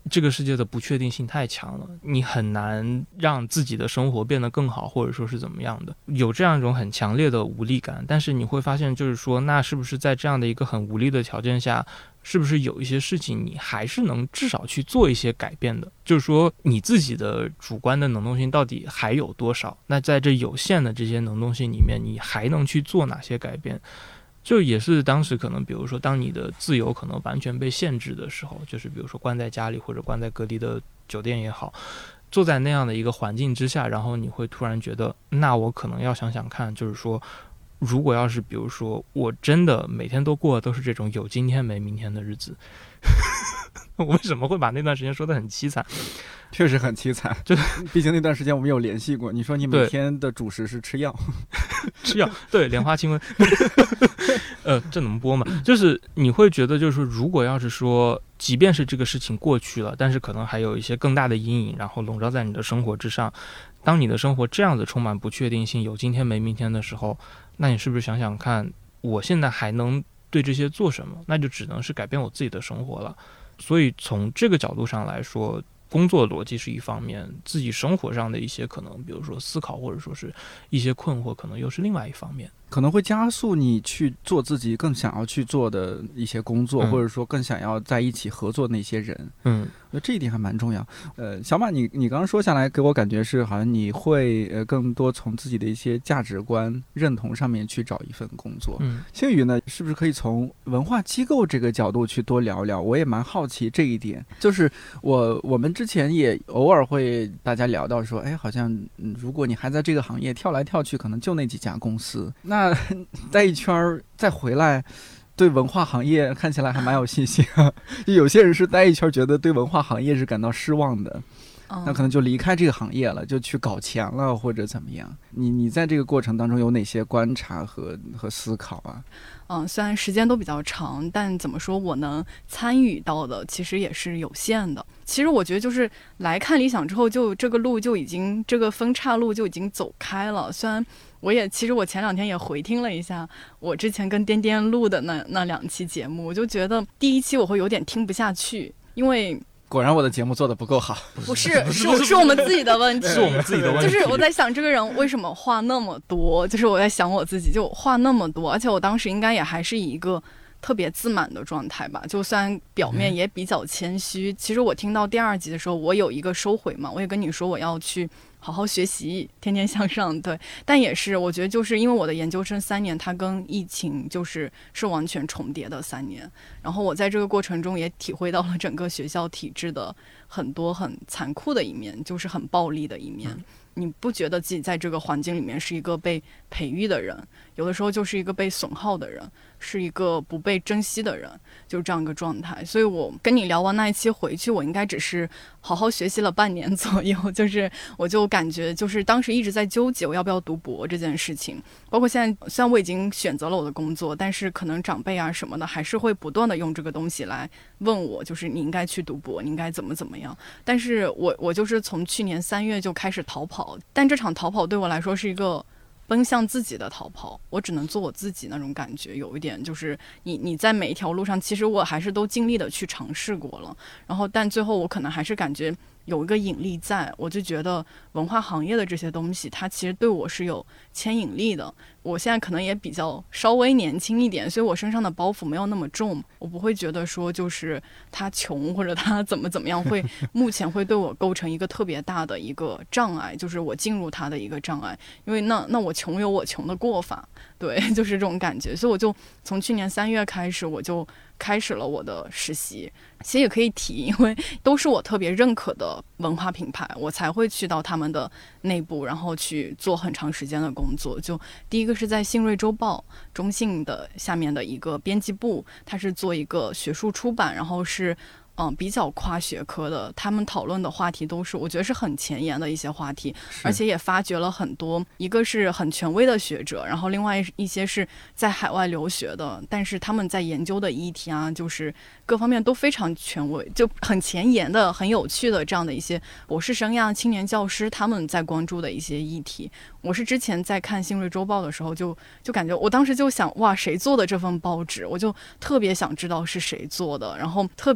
这个世界的不确定性太强了，你很难让自己的生活变得更好，或者说是怎么样的，有这样一种很强烈的无力感。但是你会发现，就是说，那是不是在这样的一个很无力的条件下，是不是有一些事情你还是能至少去做一些改变的？就是说，你自己的主观的能动性到底还有多少？那在这有限的这些能动性里面，你还能去做哪些改变？就也是当时可能比如说当你的自由可能完全被限制的时候，就是比如说关在家里或者关在隔离的酒店也好，坐在那样的一个环境之下，然后你会突然觉得，那我可能要想想看，就是说如果要是比如说我真的每天都过的都是这种有今天没明天的日子我为什么会把那段时间说得很凄惨？ 确实很凄惨，就毕竟那段时间我们有联系过。你说你每天的主食是吃药， 吃药，对，莲花清瘟，这能播吗？就是你会觉得，就是说，如果要是说，即便是这个事情过去了，但是可能还有一些更大的阴影，然后笼罩在你的生活之上。当你的生活这样子充满不确定性，有今天没明天的时候，那你是不是想想看，我现在还能对这些做什么？那就只能是改变我自己的生活了。所以从这个角度上来说，工作逻辑是一方面，自己生活上的一些可能，比如说思考或者说是一些困惑，可能又是另外一方面， 可能会加速你去做自己更想要去做的一些工作，或者说更想要在一起合作的那些人。我觉得这一点还蛮重要。小马，你刚刚说下来，给我感觉是好像你会更多从自己的一些价值观认同上面去找一份工作。星宇呢，是不是可以从文化机构这个角度去多聊聊？我也蛮好奇这一点。就是我们之前也偶尔会大家聊到说，哎，好像如果你还在这个行业跳来跳去，可能就那几家公司。那待一圈再回来，对文化行业看起来还蛮有信心啊。有些人是待一圈觉得对文化行业是感到失望的，那可能就离开这个行业了，就去搞钱了或者怎么样。你在这个过程当中有哪些观察和思考啊？ 虽然时间都比较长，但怎么说，我能参与到的其实也是有限的。其实我觉得就是来看理想之后，就这个路就已经，这个分岔路就已经走开了。虽然其实我前2天也回听了一下我之前跟颠颠录的那2期节目，我就觉得第1期我会有点听不下去，因为果然我的节目做得不够好。 不是我们自己的问题， 是我们自己的问题。 就是我在想这个人为什么话那么多，就是我在想我自己就话那么多，而且我当时应该也还是以一个特别自满的状态吧，就算表面也比较谦虚。其实我听到第2集的时候，我有一个收回嘛，我也跟你说我要去好好学习，天天向上，对。但也是我觉得就是因为我的研究生3年，它跟疫情是完全重叠的3年，然后我在这个过程中也体会到了整个学校体制的很多很残酷的一面，就是很暴力的一面。你不觉得自己在这个环境里面是一个被培育的人，有的时候就是一个被损耗的人，是一个不被珍惜的人，就是这样一个状态。所以我跟你聊完那一期回去，我应该只是好好学习了半年左右，就是我就感觉就是当时一直在纠结我要不要读博这件事情。包括现在虽然我已经选择了我的工作，但是可能长辈啊什么的还是会不断的用这个东西来问我，就是你应该去读博，你应该怎么样。但是我就是从去年3月就开始逃跑，但这场逃跑对我来说是一个奔向自己的逃跑，我只能做我自己那种感觉。有一点就是你在每一条路上，其实我还是都尽力的去尝试过了，然后但最后我可能还是感觉有一个引力在，我就觉得文化行业的这些东西它其实对我是有牵引力的。我现在可能也比较稍微年轻一点，所以我身上的包袱没有那么重，我不会觉得说就是他穷或者他怎么样会目前会对我构成一个特别大的一个障碍，就是我进入他的一个障碍。因为那我穷有我穷的过法，对，就是这种感觉。所以我就从去年3月开始，我就开始了我的实习。其实也可以提，因为都是我特别认可的文化品牌，我才会去到他们的内部，然后去做很长时间的工作。就第一个是在信瑞周报，中信的下面的一个编辑部，它是做一个学术出版，然后是比较跨学科的，他们讨论的话题都是我觉得是很前沿的一些话题，而且也发掘了很多，一个是很权威的学者，然后另外一些是在海外留学的，但是他们在研究的议题啊，就是各方面都非常权威，就很前沿的、很有趣的这样的一些博士生呀、青年教师他们在关注的一些议题。我是之前在看新锐周报的时候就感觉，我当时就想，哇，谁做的这份报纸？我就特别想知道是谁做的，然后特别想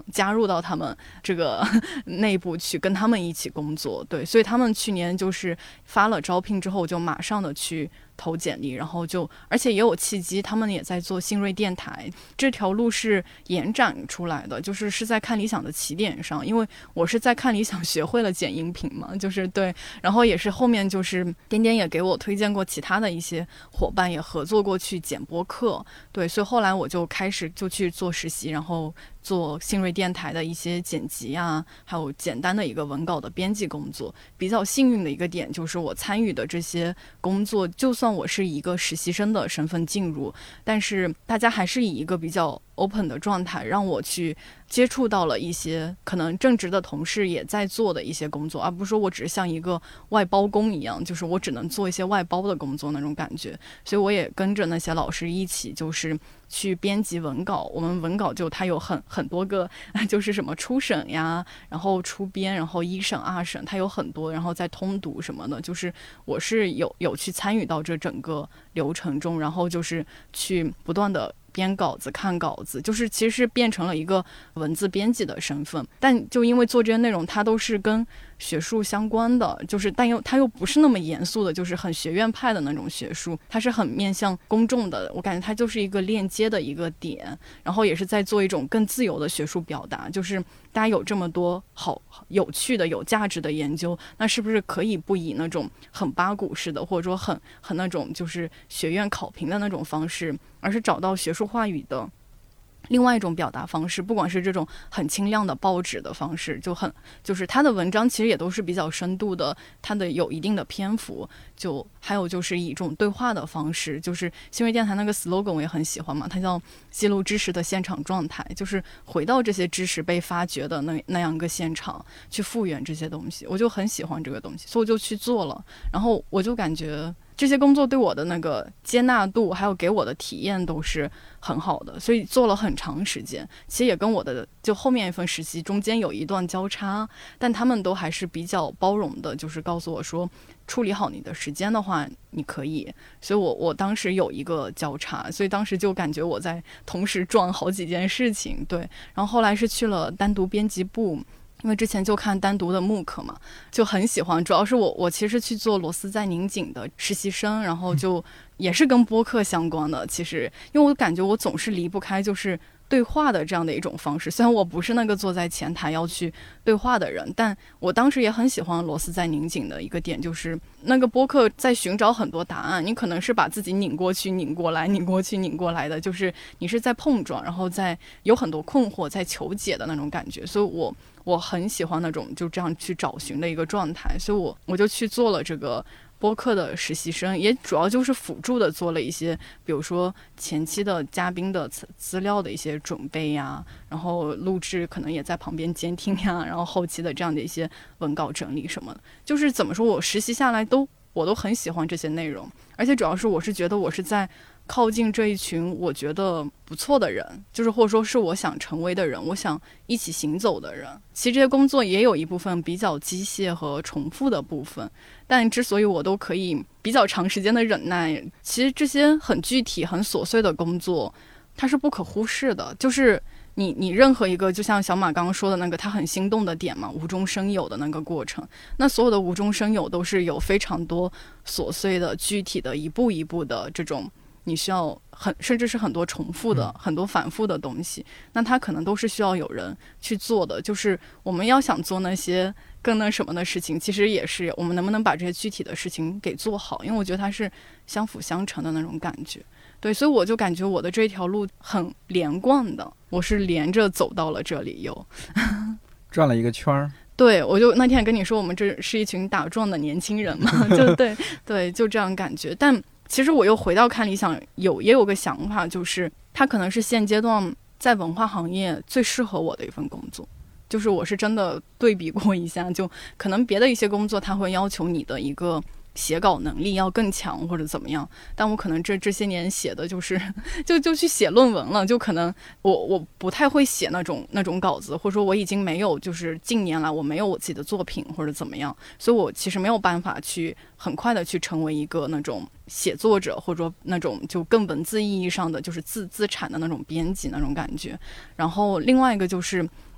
想加入到他们这个内部去跟他们一起工作。对，所以他们去年就是发了招聘之后就马上的去投简历，然后而且也有契机，他们也在做新锐电台，这条路是延展出来的，是在看理想的起点上，因为我是在看理想学会了剪音频嘛，对，然后也是后面颠颠也给我推荐过其他的一些伙伴，也合作过去剪播客，对，所以后来我就开始就去做实习，然后做新锐电台的一些剪辑啊，还有简单的一个文稿的编辑工作。比较幸运的一个点就是我参与的这些工作，就算我是以一个实习生的身份进入，但是大家还是以一个比较 open 的状态让我去接触到了一些可能正职的同事也在做的一些工作，而不是说我只是像一个外包工一样，我只能做一些外包的工作那种感觉。所以我也跟着那些老师一起去编辑文稿，我们文稿它有很多个，什么初审呀，然后出编，然后一审二审，它有很多，然后再通读什么的，我是有去参与到这整个流程中，然后去不断的编稿子看稿子，其实是变成了一个文字编辑的身份，但就因为做这些内容它都是跟学术相关的，但它又不是那么严肃的，很学院派的那种学术，它是很面向公众的，我感觉它就是一个链接的一个点，然后也是在做一种更自由的学术表达，大家有这么多好有趣的有价值的研究，那是不是可以不以那种很八股式的，或者说很那种学院考评的那种方式，而是找到学术话语的另外一种表达方式，不管是这种很轻量的报纸的方式，他的文章其实也都是比较深度的，他的有一定的篇幅，还有以一种对话的方式，新锐电台那个 slogan 我也很喜欢嘛，它叫记录知识的现场状态，回到这些知识被发掘的那样一个现场去复原这些东西，我就很喜欢这个东西，所以我就去做了，然后我就感觉这些工作对我的那个接纳度还有给我的体验都是很好的，所以做了很长时间，其实也跟我的后面一份实习中间有一段交叉，但他们都还是比较包容的，告诉我说处理好你的时间的话你可以，所以我当时有一个交叉，所以当时就感觉我在同时撞好几件事情，对，然后后来是去了单独编辑部，因为之前就看单独的慕课嘛，就很喜欢，主要是我其实去做螺丝在拧紧的实习生，然后也是跟播客相关的，其实因为我感觉我总是离不开对话的这样的一种方式，虽然我不是那个坐在前台要去对话的人，但我当时也很喜欢螺丝在拧紧的一个点，那个播客在寻找很多答案，你可能是把自己拧过去拧过来拧过去拧过来的，你是在碰撞，然后在有很多困惑在求解的那种感觉，所以我很喜欢那种就这样去找寻的一个状态，所以我就去做了这个播客的实习生，也主要辅助的做了一些比如说前期的嘉宾的资料的一些准备呀，然后录制可能也在旁边监听呀，然后后期的这样的一些文稿整理什么的，怎么说我实习下来我都很喜欢这些内容，而且主要是我是觉得我是在靠近这一群我觉得不错的人，或者说是我想成为的人，我想一起行走的人。其实这些工作也有一部分比较机械和重复的部分，但之所以我都可以比较长时间的忍耐，其实这些很具体很琐碎的工作它是不可忽视的，你任何一个就像小马刚刚说的那个他很心动的点嘛，无中生有的那个过程，那所有的无中生有都是有非常多琐碎的具体的一步一步的这种你需要甚至是很多重复的很多反复的东西，那它可能都是需要有人去做的，我们要想做那些更那什么的事情，其实也是我们能不能把这些具体的事情给做好，因为我觉得它是相辅相成的那种感觉，对，所以我就感觉我的这条路很连贯的，我是连着走到了这里又转了一个圈儿。 对，我就那天跟你说我们这是一群打撞的年轻人嘛，对，就这样感觉。但其实我又回到看理想也有个想法，它可能是现阶段在文化行业最适合我的一份工作，我是真的对比过一下，就可能别的一些工作它会要求你的一个写稿能力要更强或者怎么样，但我可能这些年写的就去写论文了，就可能我不太会写那种稿子，或者说我已经没有近年来我没有我自己的作品或者怎么样，所以我其实没有办法去很快的去成为一个那种写作者，或者说那种就更文字意义上的自产的那种编辑那种感觉。然后另外一个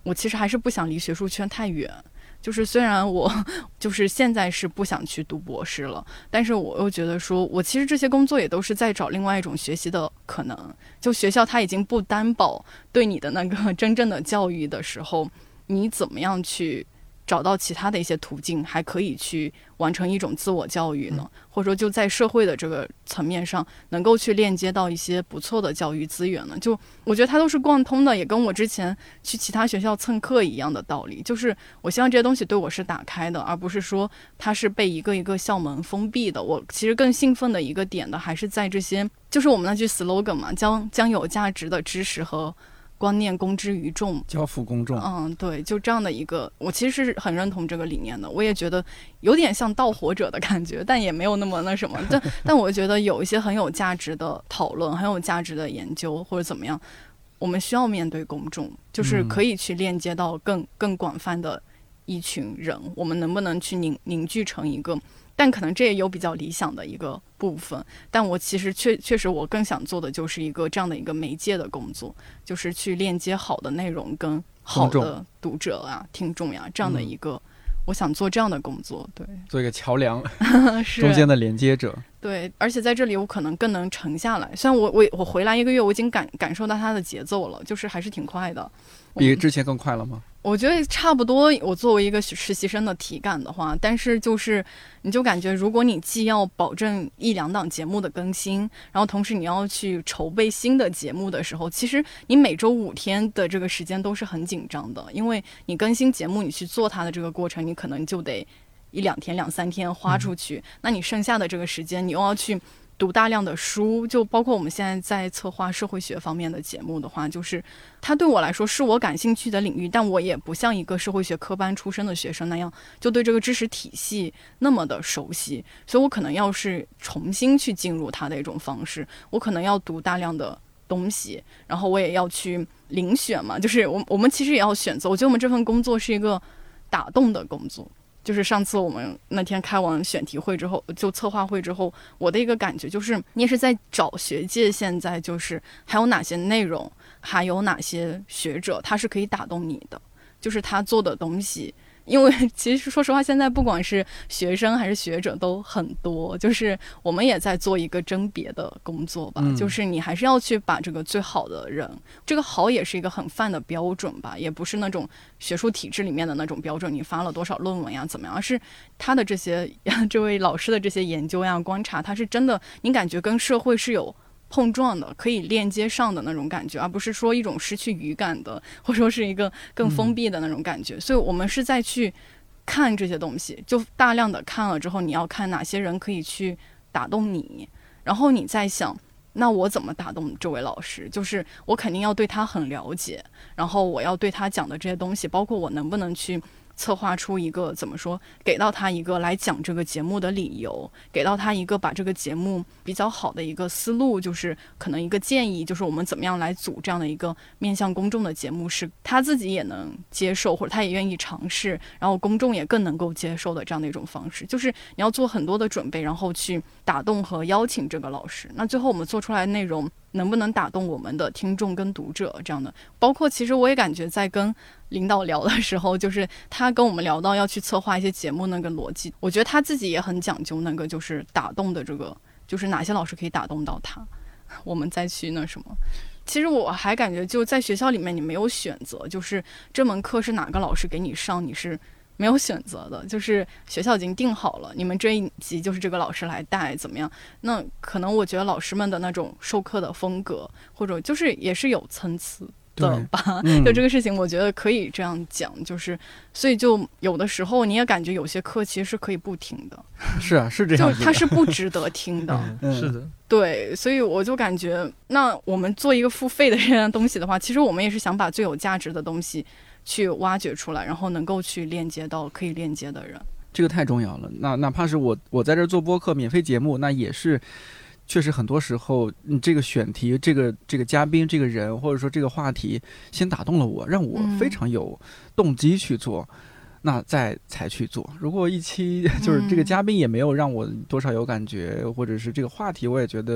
我其实还是不想离学术圈太远。就是虽然我就是现在是不想去读博士了，但是我又觉得说，我其实这些工作也都是在找另外一种学习的可能。就学校它已经不担保对你的那个真正的教育的时候，你怎么样去找到其他的一些途径，还可以去完成一种自我教育呢？或者说就在社会的这个层面上，能够去链接到一些不错的教育资源呢？就我觉得它都是贯通的，也跟我之前去其他学校蹭课一样的道理。就是我希望这些东西对我是打开的，而不是说它是被一个一个校门封闭的。我其实更兴奋的一个点的还是在这些，就是我们那句 slogan 嘛，将有价值的知识和观念公之于众， 交付公众。 对，就这样的一个，我其实是很认同这个理念的。我也觉得有点像盗火者的感觉，但也没有那么那什么。但我觉得有一些很有价值的讨论，很有价值的研究或者怎么样，我们需要面对公众，就是可以去链接到更广泛的一群人。我们能不能去凝聚成一个？但可能这也有比较理想的一个部分，但我其实确实我更想做的就是一个这样的一个媒介的工作，就是去链接好的内容跟好的读者啊、听众呀，这样的一个，我想做这样的工作，对， 做一个桥梁，中间的连接者。 对，而且在这里我可能更能沉下来。虽然我回来1个月，我已经感受到它的节奏了，就是还是挺快的。 比之前更快了吗？ 我觉得差不多。我作为一个实习生的体感的话，但是就是你就感觉，如果你既要保证1-2档节目的更新，然后同时你要去筹备新的节目的时候，其实你每周5天的这个时间都是很紧张的，因为你更新节目，你去做它的这个过程，你可能就得1-2天、2-3天花出去，那你剩下的这个时间，你又要去读大量的书，就包括我们现在在策划社会学方面的节目的话，就是它对我来说是我感兴趣的领域，但我也不像一个社会学科班出身的学生那样就对这个知识体系那么的熟悉，所以我可能要是重新去进入它的一种方式，我可能要读大量的东西，然后我也要去遴选嘛，就是我们其实也要选择。我觉得我们这份工作是一个打动的工作。就是上次我们那天开完选题会之后，就策划会之后，我的一个感觉就是，你也是在找学界现在就是还有哪些内容，还有哪些学者他是可以打动你的，就是他做的东西。因为其实说实话，现在不管是学生还是学者都很多，就是我们也在做一个甄别的工作吧，就是你还是要去把这个最好的人，这个好也是一个很泛的标准吧，也不是那种学术体制里面的那种标准，你发了多少论文呀怎么样，而是他的这些这位老师的这些研究呀观察，他是真的你感觉跟社会是有碰撞的，可以链接上的那种感觉，而不是说一种失去语感的，或者说是一个更封闭的那种感觉。所以我们是在去看这些东西，就大量的看了之后，你要看哪些人可以去打动你，然后你再想，那我怎么打动这位老师？就是我肯定要对他很了解，然后我要对他讲的这些东西，包括我能不能去策划出一个怎么说，给到他一个来讲这个节目的理由，给到他一个把这个节目比较好的一个思路，就是可能一个建议，就是我们怎么样来组这样的一个面向公众的节目，是他自己也能接受，或者他也愿意尝试，然后公众也更能够接受的这样的一种方式。就是你要做很多的准备，然后去打动和邀请这个老师，那最后我们做出来的内容能不能打动我们的听众跟读者这样的。包括其实我也感觉在跟领导聊的时候，就是他跟我们聊到要去策划一些节目那个逻辑，我觉得他自己也很讲究那个就是打动的这个，就是哪些老师可以打动到他，我们再去那什么。其实我还感觉就在学校里面你没有选择，就是这门课是哪个老师给你上，你是没有选择的，就是学校已经定好了，你们这一集就是这个老师来带怎么样。那可能我觉得老师们的那种授课的风格或者就是也是有参差的吧，就这个事情我觉得可以这样讲，就是所以就有的时候你也感觉有些课其实是可以不听的。 是啊，是这样， 就它是不值得听的。 是的， 对，所以我就感觉那我们做一个付费的这样东西的话，其实我们也是想把最有价值的东西去挖掘出来，然后能够去链接到可以链接的人。 这个太重要了。那哪怕是我在这做播客免费节目，那也是确实很多时候这个选题这个嘉宾这个人或者说这个话题先打动了我，让我非常有动机去做，那再才去做。如果一期就是这个嘉宾也没有让我多少有感觉，或者是这个话题我也觉得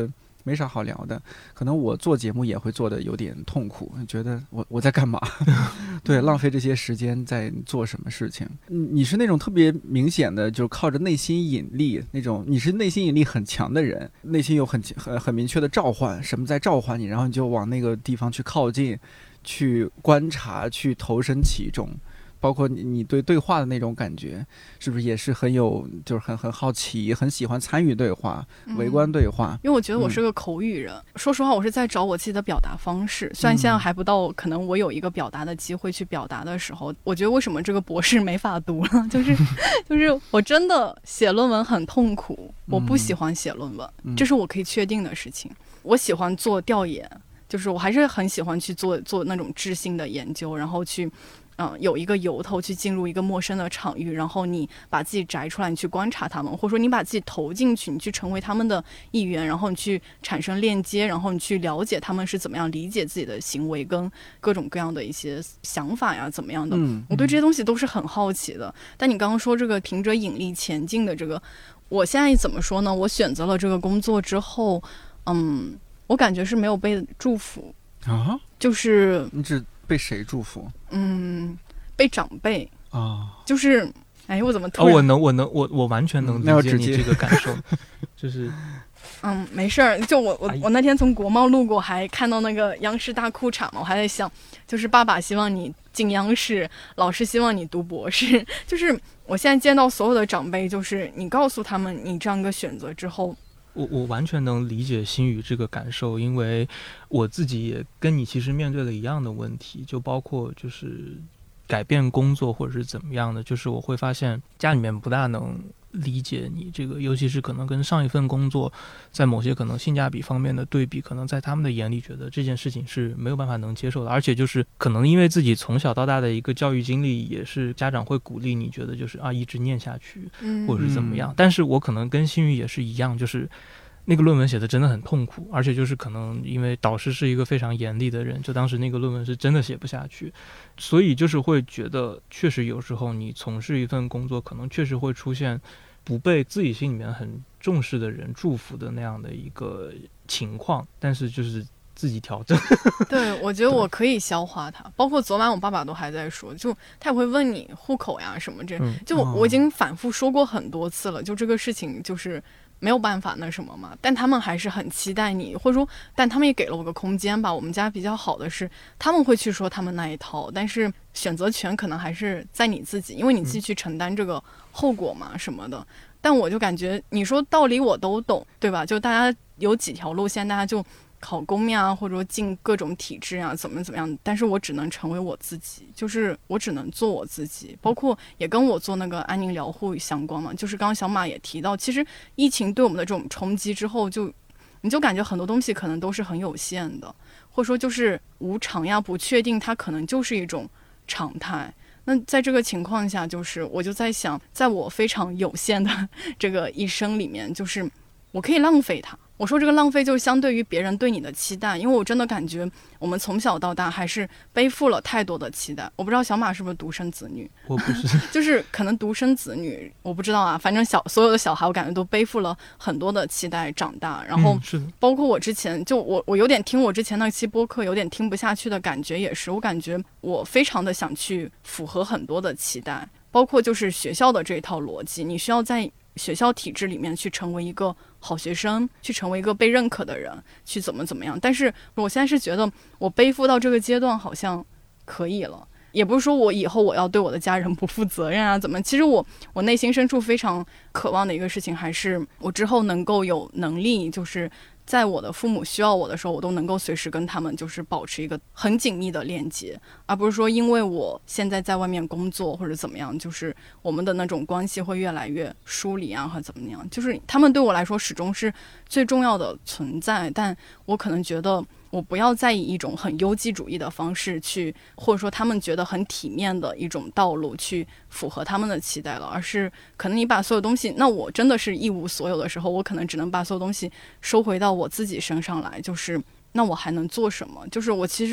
没啥好聊的。可能我做节目也会做的有点痛苦，觉得我在干嘛？对，浪费这些时间在做什么事情？你是那种特别明显的，就是靠着内心引力那种，你是内心引力很强的人，内心有很明确的召唤，什么在召唤你，然后你就往那个地方去靠近，去观察，去投身其中。包括你对话的那种感觉，是不是也是很有，就是很好奇，很喜欢参与对话、围观对话？ 因为我觉得我是个口语人，说实话，我是在找我自己的表达方式。虽然现在还不到，可能我有一个表达的机会去表达的时候，我觉得为什么这个博士没法读了，就是我真的写论文很痛苦，我不喜欢写论文，这是我可以确定的事情。我喜欢做调研，就是我还是很喜欢去做那种质性的研究，然后去。有一个由头去进入一个陌生的场域，然后你把自己摘出来，你去观察他们，或者说你把自己投进去，你去成为他们的一员，然后你去产生链接，然后你去了解他们是怎么样理解自己的行为跟各种各样的一些想法呀，怎么样的。我对这些东西都是很好奇的。但你刚刚说这个凭着引力前进的这个，我现在怎么说呢？我选择了这个工作之后，我感觉是没有被祝福啊， 就是你只被谁祝福？ 被长辈啊， 就是，哎，我怎么突然？ 我完全能理解你这个感受，就是， 没事儿，就我那天从国贸路过，还看到那个央视大裤衩嘛，我还在想，就是爸爸希望你进央视，老师希望你读博士，就是我现在见到所有的长辈，就是你告诉他们你这样一个选择之后。 我完全能理解心宇这个感受，因为我自己也跟你其实面对了一样的问题，就包括就是改变工作或者是怎么样的，就是我会发现家里面不大能理解你这个，尤其是可能跟上一份工作在某些可能性价比方面的对比，可能在他们的眼里觉得这件事情是没有办法能接受的，而且就是可能因为自己从小到大的一个教育经历，也是家长会鼓励你觉得就是一直念下去或者是怎么样，但是我可能跟心宇也是一样，就是那个论文写的真的很痛苦，而且就是可能因为导师是一个非常严厉的人，就当时那个论文是真的写不下去，所以就是会觉得确实有时候你从事一份工作，可能确实会出现不被自己心里面很重视的人祝福的那样的一个情况，但是就是自己调整。 对，我觉得我可以消化它。包括昨晚我爸爸都还在说，就他也会问你户口呀什么这，就我已经反复说过很多次了，就这个事情就是没有办法那什么嘛，但他们还是很期待你，或者说，但他们也给了我个空间吧。我们家比较好的是，他们会去说他们那一套，但是选择权可能还是在你自己，因为你自己去承担这个后果嘛什么的。但我就感觉，你说道理我都懂，对吧？就大家有几条路线，大家就考公呀，或者说进各种体制啊，怎么样，但是我只能成为我自己，就是我只能做我自己，包括也跟我做那个安宁疗护相关嘛。就是刚刚小马也提到，其实疫情对我们的这种冲击之后，你就感觉很多东西可能都是很有限的，或者说就是无常呀、不确定，它可能就是一种常态。那在这个情况下，就是我就在想，在我非常有限的这个一生里面，就是我可以浪费它。我说这个浪费就是相对于别人对你的期待，因为我真的感觉我们从小到大还是背负了太多的期待。我不知道小马是不是独生子女？ 我不是， 就是可能独生子女，我不知道啊。反正所有的小孩，我感觉都背负了很多的期待长大。然后包括我之前就我有点听我之前那期播客有点听不下去的感觉，也是我感觉我非常的想去符合很多的期待，包括就是学校的这一套逻辑，你需要在学校体制里面去成为一个好学生，去成为一个被认可的人，去怎么样。但是我现在是觉得我背负到这个阶段好像可以了，也不是说我以后我要对我的家人不负责任啊怎么。其实我内心深处非常渴望的一个事情，还是我之后能够有能力，就是在我的父母需要我的时候，我都能够随时跟他们就是保持一个很紧密的链接，而不是说因为我现在在外面工作或者怎么样，就是我们的那种关系会越来越疏离啊，或者怎么样。就是他们对我来说始终是最重要的存在，但我可能觉得我不要再以一种很优绩主义的方式去，或者说他们觉得很体面的一种道路去符合他们的期待了，而是可能你把所有东西，那我真的是一无所有的时候，我可能只能把所有东西收回到我自己身上来，就是那我还能做什么？就是我其实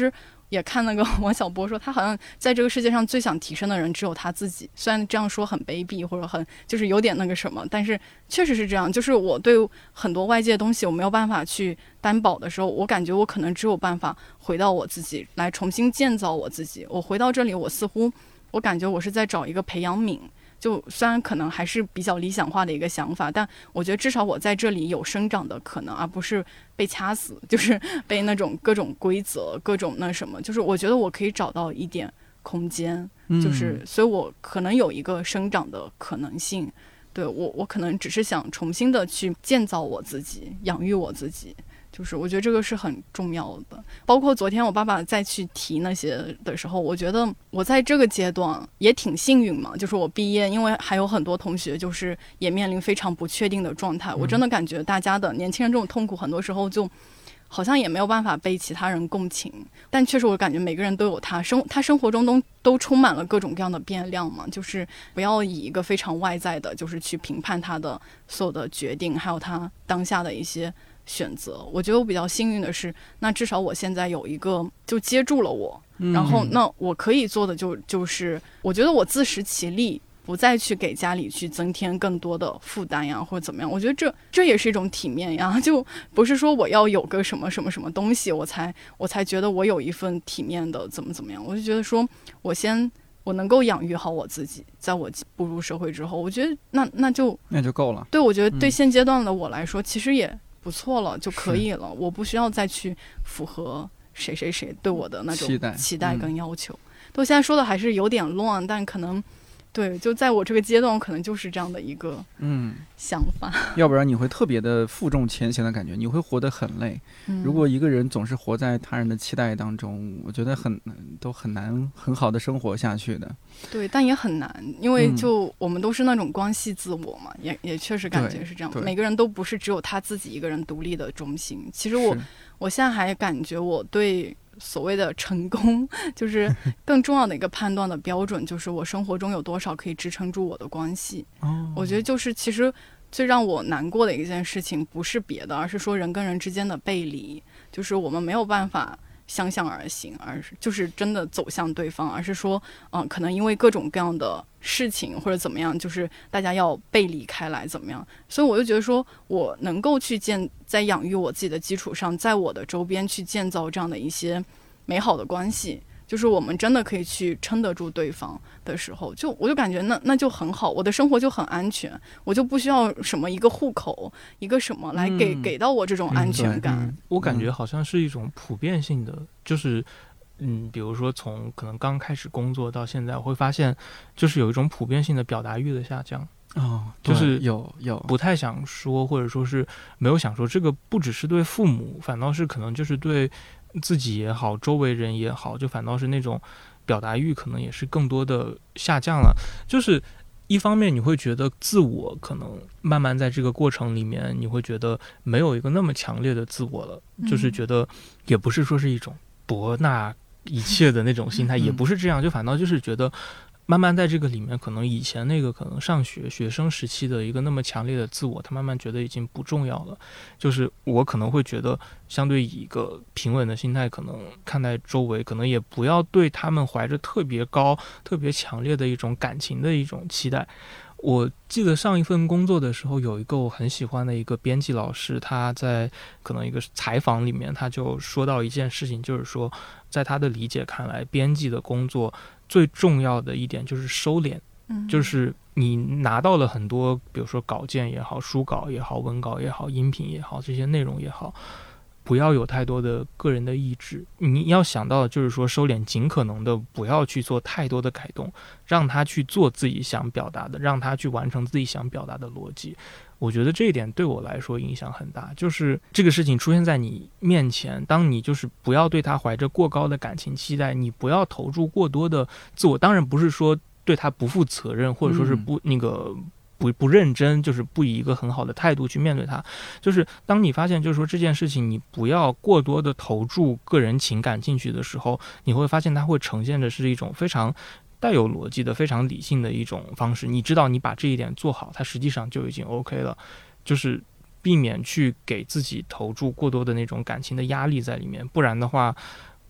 也看那个王小波说，他好像在这个世界上最想提升的人只有他自己。虽然这样说很卑鄙，或者很就是有点那个什么，但是确实是这样。就是我对很多外界的东西我没有办法去担保的时候，我感觉我可能只有办法回到我自己，来重新建造我自己。我回到这里，我似乎我感觉我是在找一个培养皿。就虽然可能还是比较理想化的一个想法，但我觉得至少我在这里有生长的可能，而不是被掐死，就是被那种各种规则各种那什么，就是我觉得我可以找到一点空间，就是所以我可能有一个生长的可能性。对，我可能只是想重新的去建造我自己，养育我自己，就是我觉得这个是很重要的。包括昨天我爸爸再去提那些的时候，我觉得我在这个阶段也挺幸运嘛，就是我毕业，因为还有很多同学就是也面临非常不确定的状态。我真的感觉大家的年轻人这种痛苦很多时候就好像也没有办法被其他人共情，但确实我感觉每个人都有他生活中都充满了各种各样的变量嘛，就是不要以一个非常外在的就是去评判他的所有的决定，还有他当下的一些选择。我觉得我比较幸运的是，那至少我现在有一个就接住了我，然后那我可以做的就是我觉得我自食其力，不再去给家里去增添更多的负担呀，或者怎么样。我觉得这也是一种体面呀，就不是说我要有个什么什么什么东西我才觉得我有一份体面的怎么样。我就觉得说我能够养育好我自己，在我步入社会之后，我觉得那就够了。 对，我觉得对现阶段的我来说，其实也不错了，就可以了。我不需要再去符合谁对我的那种期待跟要求。对，我现在说的还是有点乱，但可能对，就在我这个阶段，我可能就是这样的一个想法。 要不然你会特别的负重前行的感觉，你会活得很累。如果一个人总是活在他人的期待当中，我觉得都很难很好的生活下去的。 对，但也很难，因为就我们都是那种关系自我嘛，也确实感觉是这样。每个人都不是只有他自己一个人独立的中心。其实我现在还感觉我对所谓的成功，就是更重要的一个判断的标准，就是我生活中有多少可以支撑住我的关系。我觉得就是其实最让我难过的一件事情不是别的，而是说人跟人之间的背离，就是我们没有办法相向而行，而是就是真的走向对方，而是说可能因为各种各样的事情或者怎么样，就是大家要背离开来怎么样。所以我就觉得说我能够去在养育我自己的基础上，在我的周边去建造这样的一些美好的关系，就是我们真的可以去撑得住对方的时候，我就感觉那就很好，我的生活就很安全，我就不需要什么一个户口一个什么来给到我这种安全感。 我感觉好像是一种普遍性的，就是比如说从可能刚开始工作到现在，我会发现就是有一种普遍性的表达欲的下降。就是有不太想说，或者说是没有想说。这个不只是对父母，反倒是可能就是对自己也好，周围人也好，就反倒是那种表达欲可能也是更多的下降了。就是一方面你会觉得自我可能慢慢在这个过程里面，你会觉得没有一个那么强烈的自我了，就是觉得也不是说是一种博纳一切的那种心态，也不是这样，就反倒就是觉得慢慢在这个里面，可能以前那个可能上学生时期的一个那么强烈的自我，他慢慢觉得已经不重要了。就是我可能会觉得相对以一个平稳的心态可能看待周围，可能也不要对他们怀着特别高特别强烈的一种感情的一种期待。我记得上一份工作的时候，有一个我很喜欢的一个编辑老师，他在可能一个采访里面，他就说到一件事情，就是说在他的理解看来，编辑的工作最重要的一点就是收敛，就是你拿到了很多，比如说稿件也好，书稿也好，文稿也好，音频也好，这些内容也好，不要有太多的个人的意志。你要想到的就是说收敛，尽可能的不要去做太多的改动，让他去做自己想表达的，让他去完成自己想表达的逻辑。我觉得这一点对我来说影响很大，就是这个事情出现在你面前，当你就是不要对他怀着过高的感情期待，你不要投注过多的自我，当然不是说对他不负责任，或者说是不认真，就是不以一个很好的态度去面对它。就是当你发现就是说这件事情你不要过多的投注个人情感进去的时候，你会发现它会呈现的是一种非常带有逻辑的非常理性的一种方式。你知道你把这一点做好，它实际上就已经 OK 了，就是避免去给自己投注过多的那种感情的压力在里面。不然的话，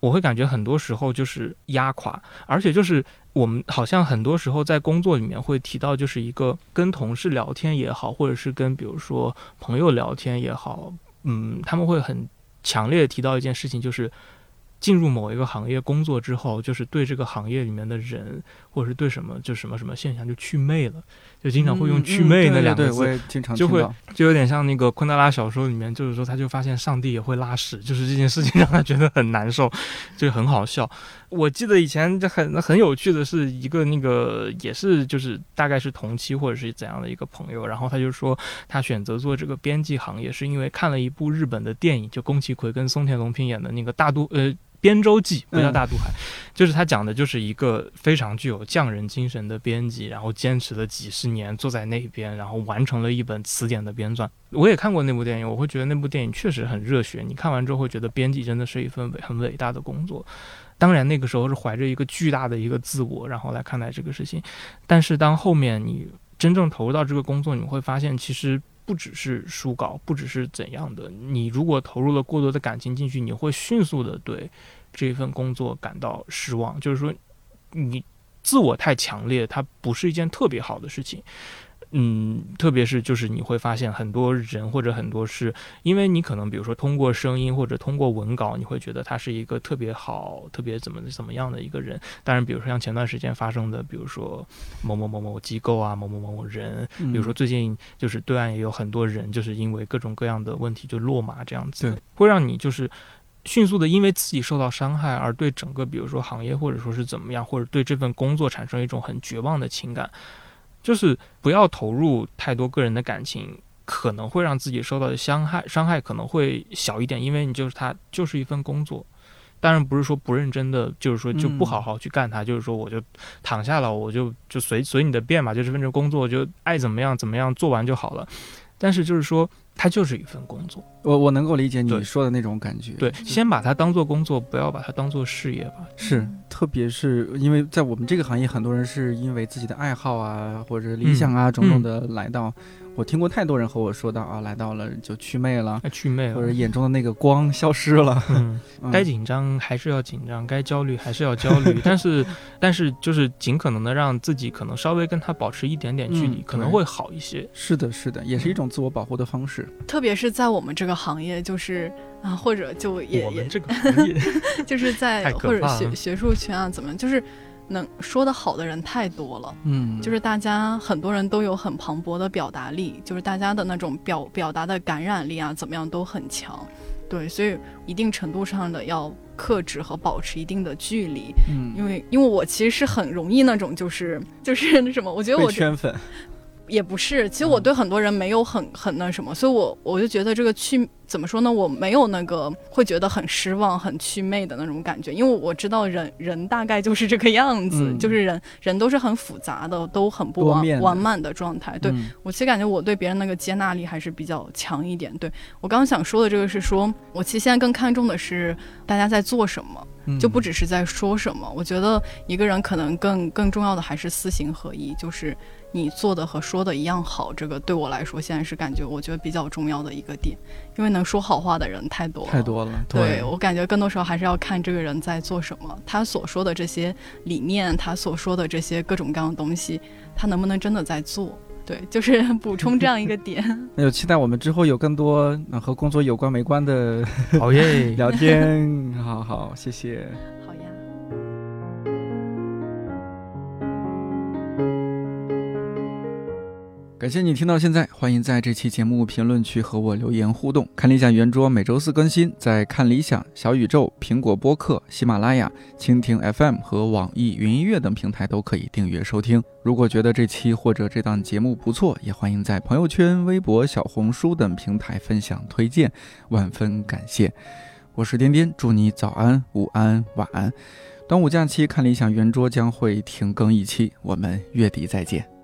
我会感觉很多时候就是压垮，而且就是我们好像很多时候在工作里面会提到，就是一个跟同事聊天也好，或者是跟比如说朋友聊天也好，他们会很强烈的提到一件事情，就是进入某一个行业工作之后，就是对这个行业里面的人，或者是对什么现象就祛魅了，就经常会用祛魅那两个字， 对，我也经常听到， 就有点像那个昆德拉小说里面，就是说他就发现上帝也会拉屎，就是这件事情让他觉得很难受，就很好笑。我记得以前就很有趣的是一个那个也是就是大概是同期或者是怎样的一个朋友，然后他就说他选择做这个编辑行业是因为看了一部日本的电影，就宫崎葵跟松田龙平演的那个编舟记，不叫大渡海，就是他讲的就是一个非常具有匠人精神的编辑，然后坚持了几十年坐在那边，然后完成了一本词典的编撰。我也看过那部电影，我会觉得那部电影确实很热血，你看完之后会觉得编辑真的是一份很伟大的工作。当然那个时候是怀着一个巨大的一个自我然后来看待这个事情，但是当后面你真正投入到这个工作，你会发现其实不只是书稿，不只是怎样的，你如果投入了过多的感情进去，你会迅速的对这份工作感到失望，就是说你自我太强烈，它不是一件特别好的事情。特别是就是你会发现很多人或者很多事，因为你可能比如说通过声音或者通过文稿，你会觉得他是一个特别好特别怎么样的一个人。当然比如说像前段时间发生的，比如说某某机构啊，某某人，比如说最近就是对岸也有很多人就是因为各种各样的问题就落马这样子，会让你就是迅速的因为自己受到伤害而对整个比如说行业或者说是怎么样，或者对这份工作产生一种很绝望的情感。就是不要投入太多个人的感情，可能会让自己受到的伤害可能会小一点，因为你它就是一份工作。当然不是说不认真的，就是说就不好好去干它，就是说我就躺下了，我就随你的便嘛，就这份工作就爱怎么样做完就好了。但是就是说它就是一份工作， 我能够理解你说的那种感觉。 对，先把它当做工作，不要把它当做事业吧。 是，特别是因为在我们这个行业，很多人是因为自己的爱好啊，或者理想啊，种种的来到。我听过太多人和我说到啊，来到了就祛魅了，或者眼中的那个光消失了。 该紧张还是要紧张，该焦虑还是要焦虑，但是就是尽可能的让自己可能稍微跟他保持一点点距离，可能会好一些。 是的，也是一种自我保护的方式。 特别是在我们这个行业，就是或者就我们这个行业就是在或者学术圈啊，怎么就是。能说得好的人太多了，就是大家很多人都有很磅礴的表达力，就是大家的那种表达的感染力啊，怎么样都很强，对，所以一定程度上的要克制和保持一定的距离，因为我其实是很容易那种就是那什么，我觉得我圈粉。 也不是，其实我对很多人没有很那什么，所以我就觉得这个怎么说呢，我没有那个会觉得很失望很祛魅的那种感觉，因为我知道人大概就是这个样子，就是人都是很复杂的，都很不完满的状态。对，我其实感觉我对别人那个接纳力还是比较强一点。对，我刚刚想说的这个是说，我其实现在更看重的是大家在做什么，就不只是在说什么。我觉得一个人可能更重要的还是思行合一，就是你做的和说的一样好，这个对我来说现在是我觉得比较重要的一个点，因为能说好话的人太多了。对，我感觉更多时候还是要看这个人在做什么，他所说的这些理念，他所说的这些各种各样的东西，他能不能真的在做。对，就是补充这样一个点。 那就期待我们之后有更多和工作有关没关的好耶聊天。好，谢谢。 好呀。 感谢你听到现在，欢迎在这期节目评论区和我留言互动。看理想圆桌每周四更新，在看理想、小宇宙、苹果播客、喜马拉雅、蜻蜓 FM 和网易云音乐等平台都可以订阅收听。如果觉得这期或者这档节目不错，也欢迎在朋友圈、微博、小红书等平台分享推荐，万分感谢。我是颠颠，祝你早安、午安、晚安。端午假期看理想圆桌将会停更一期，我们月底再见。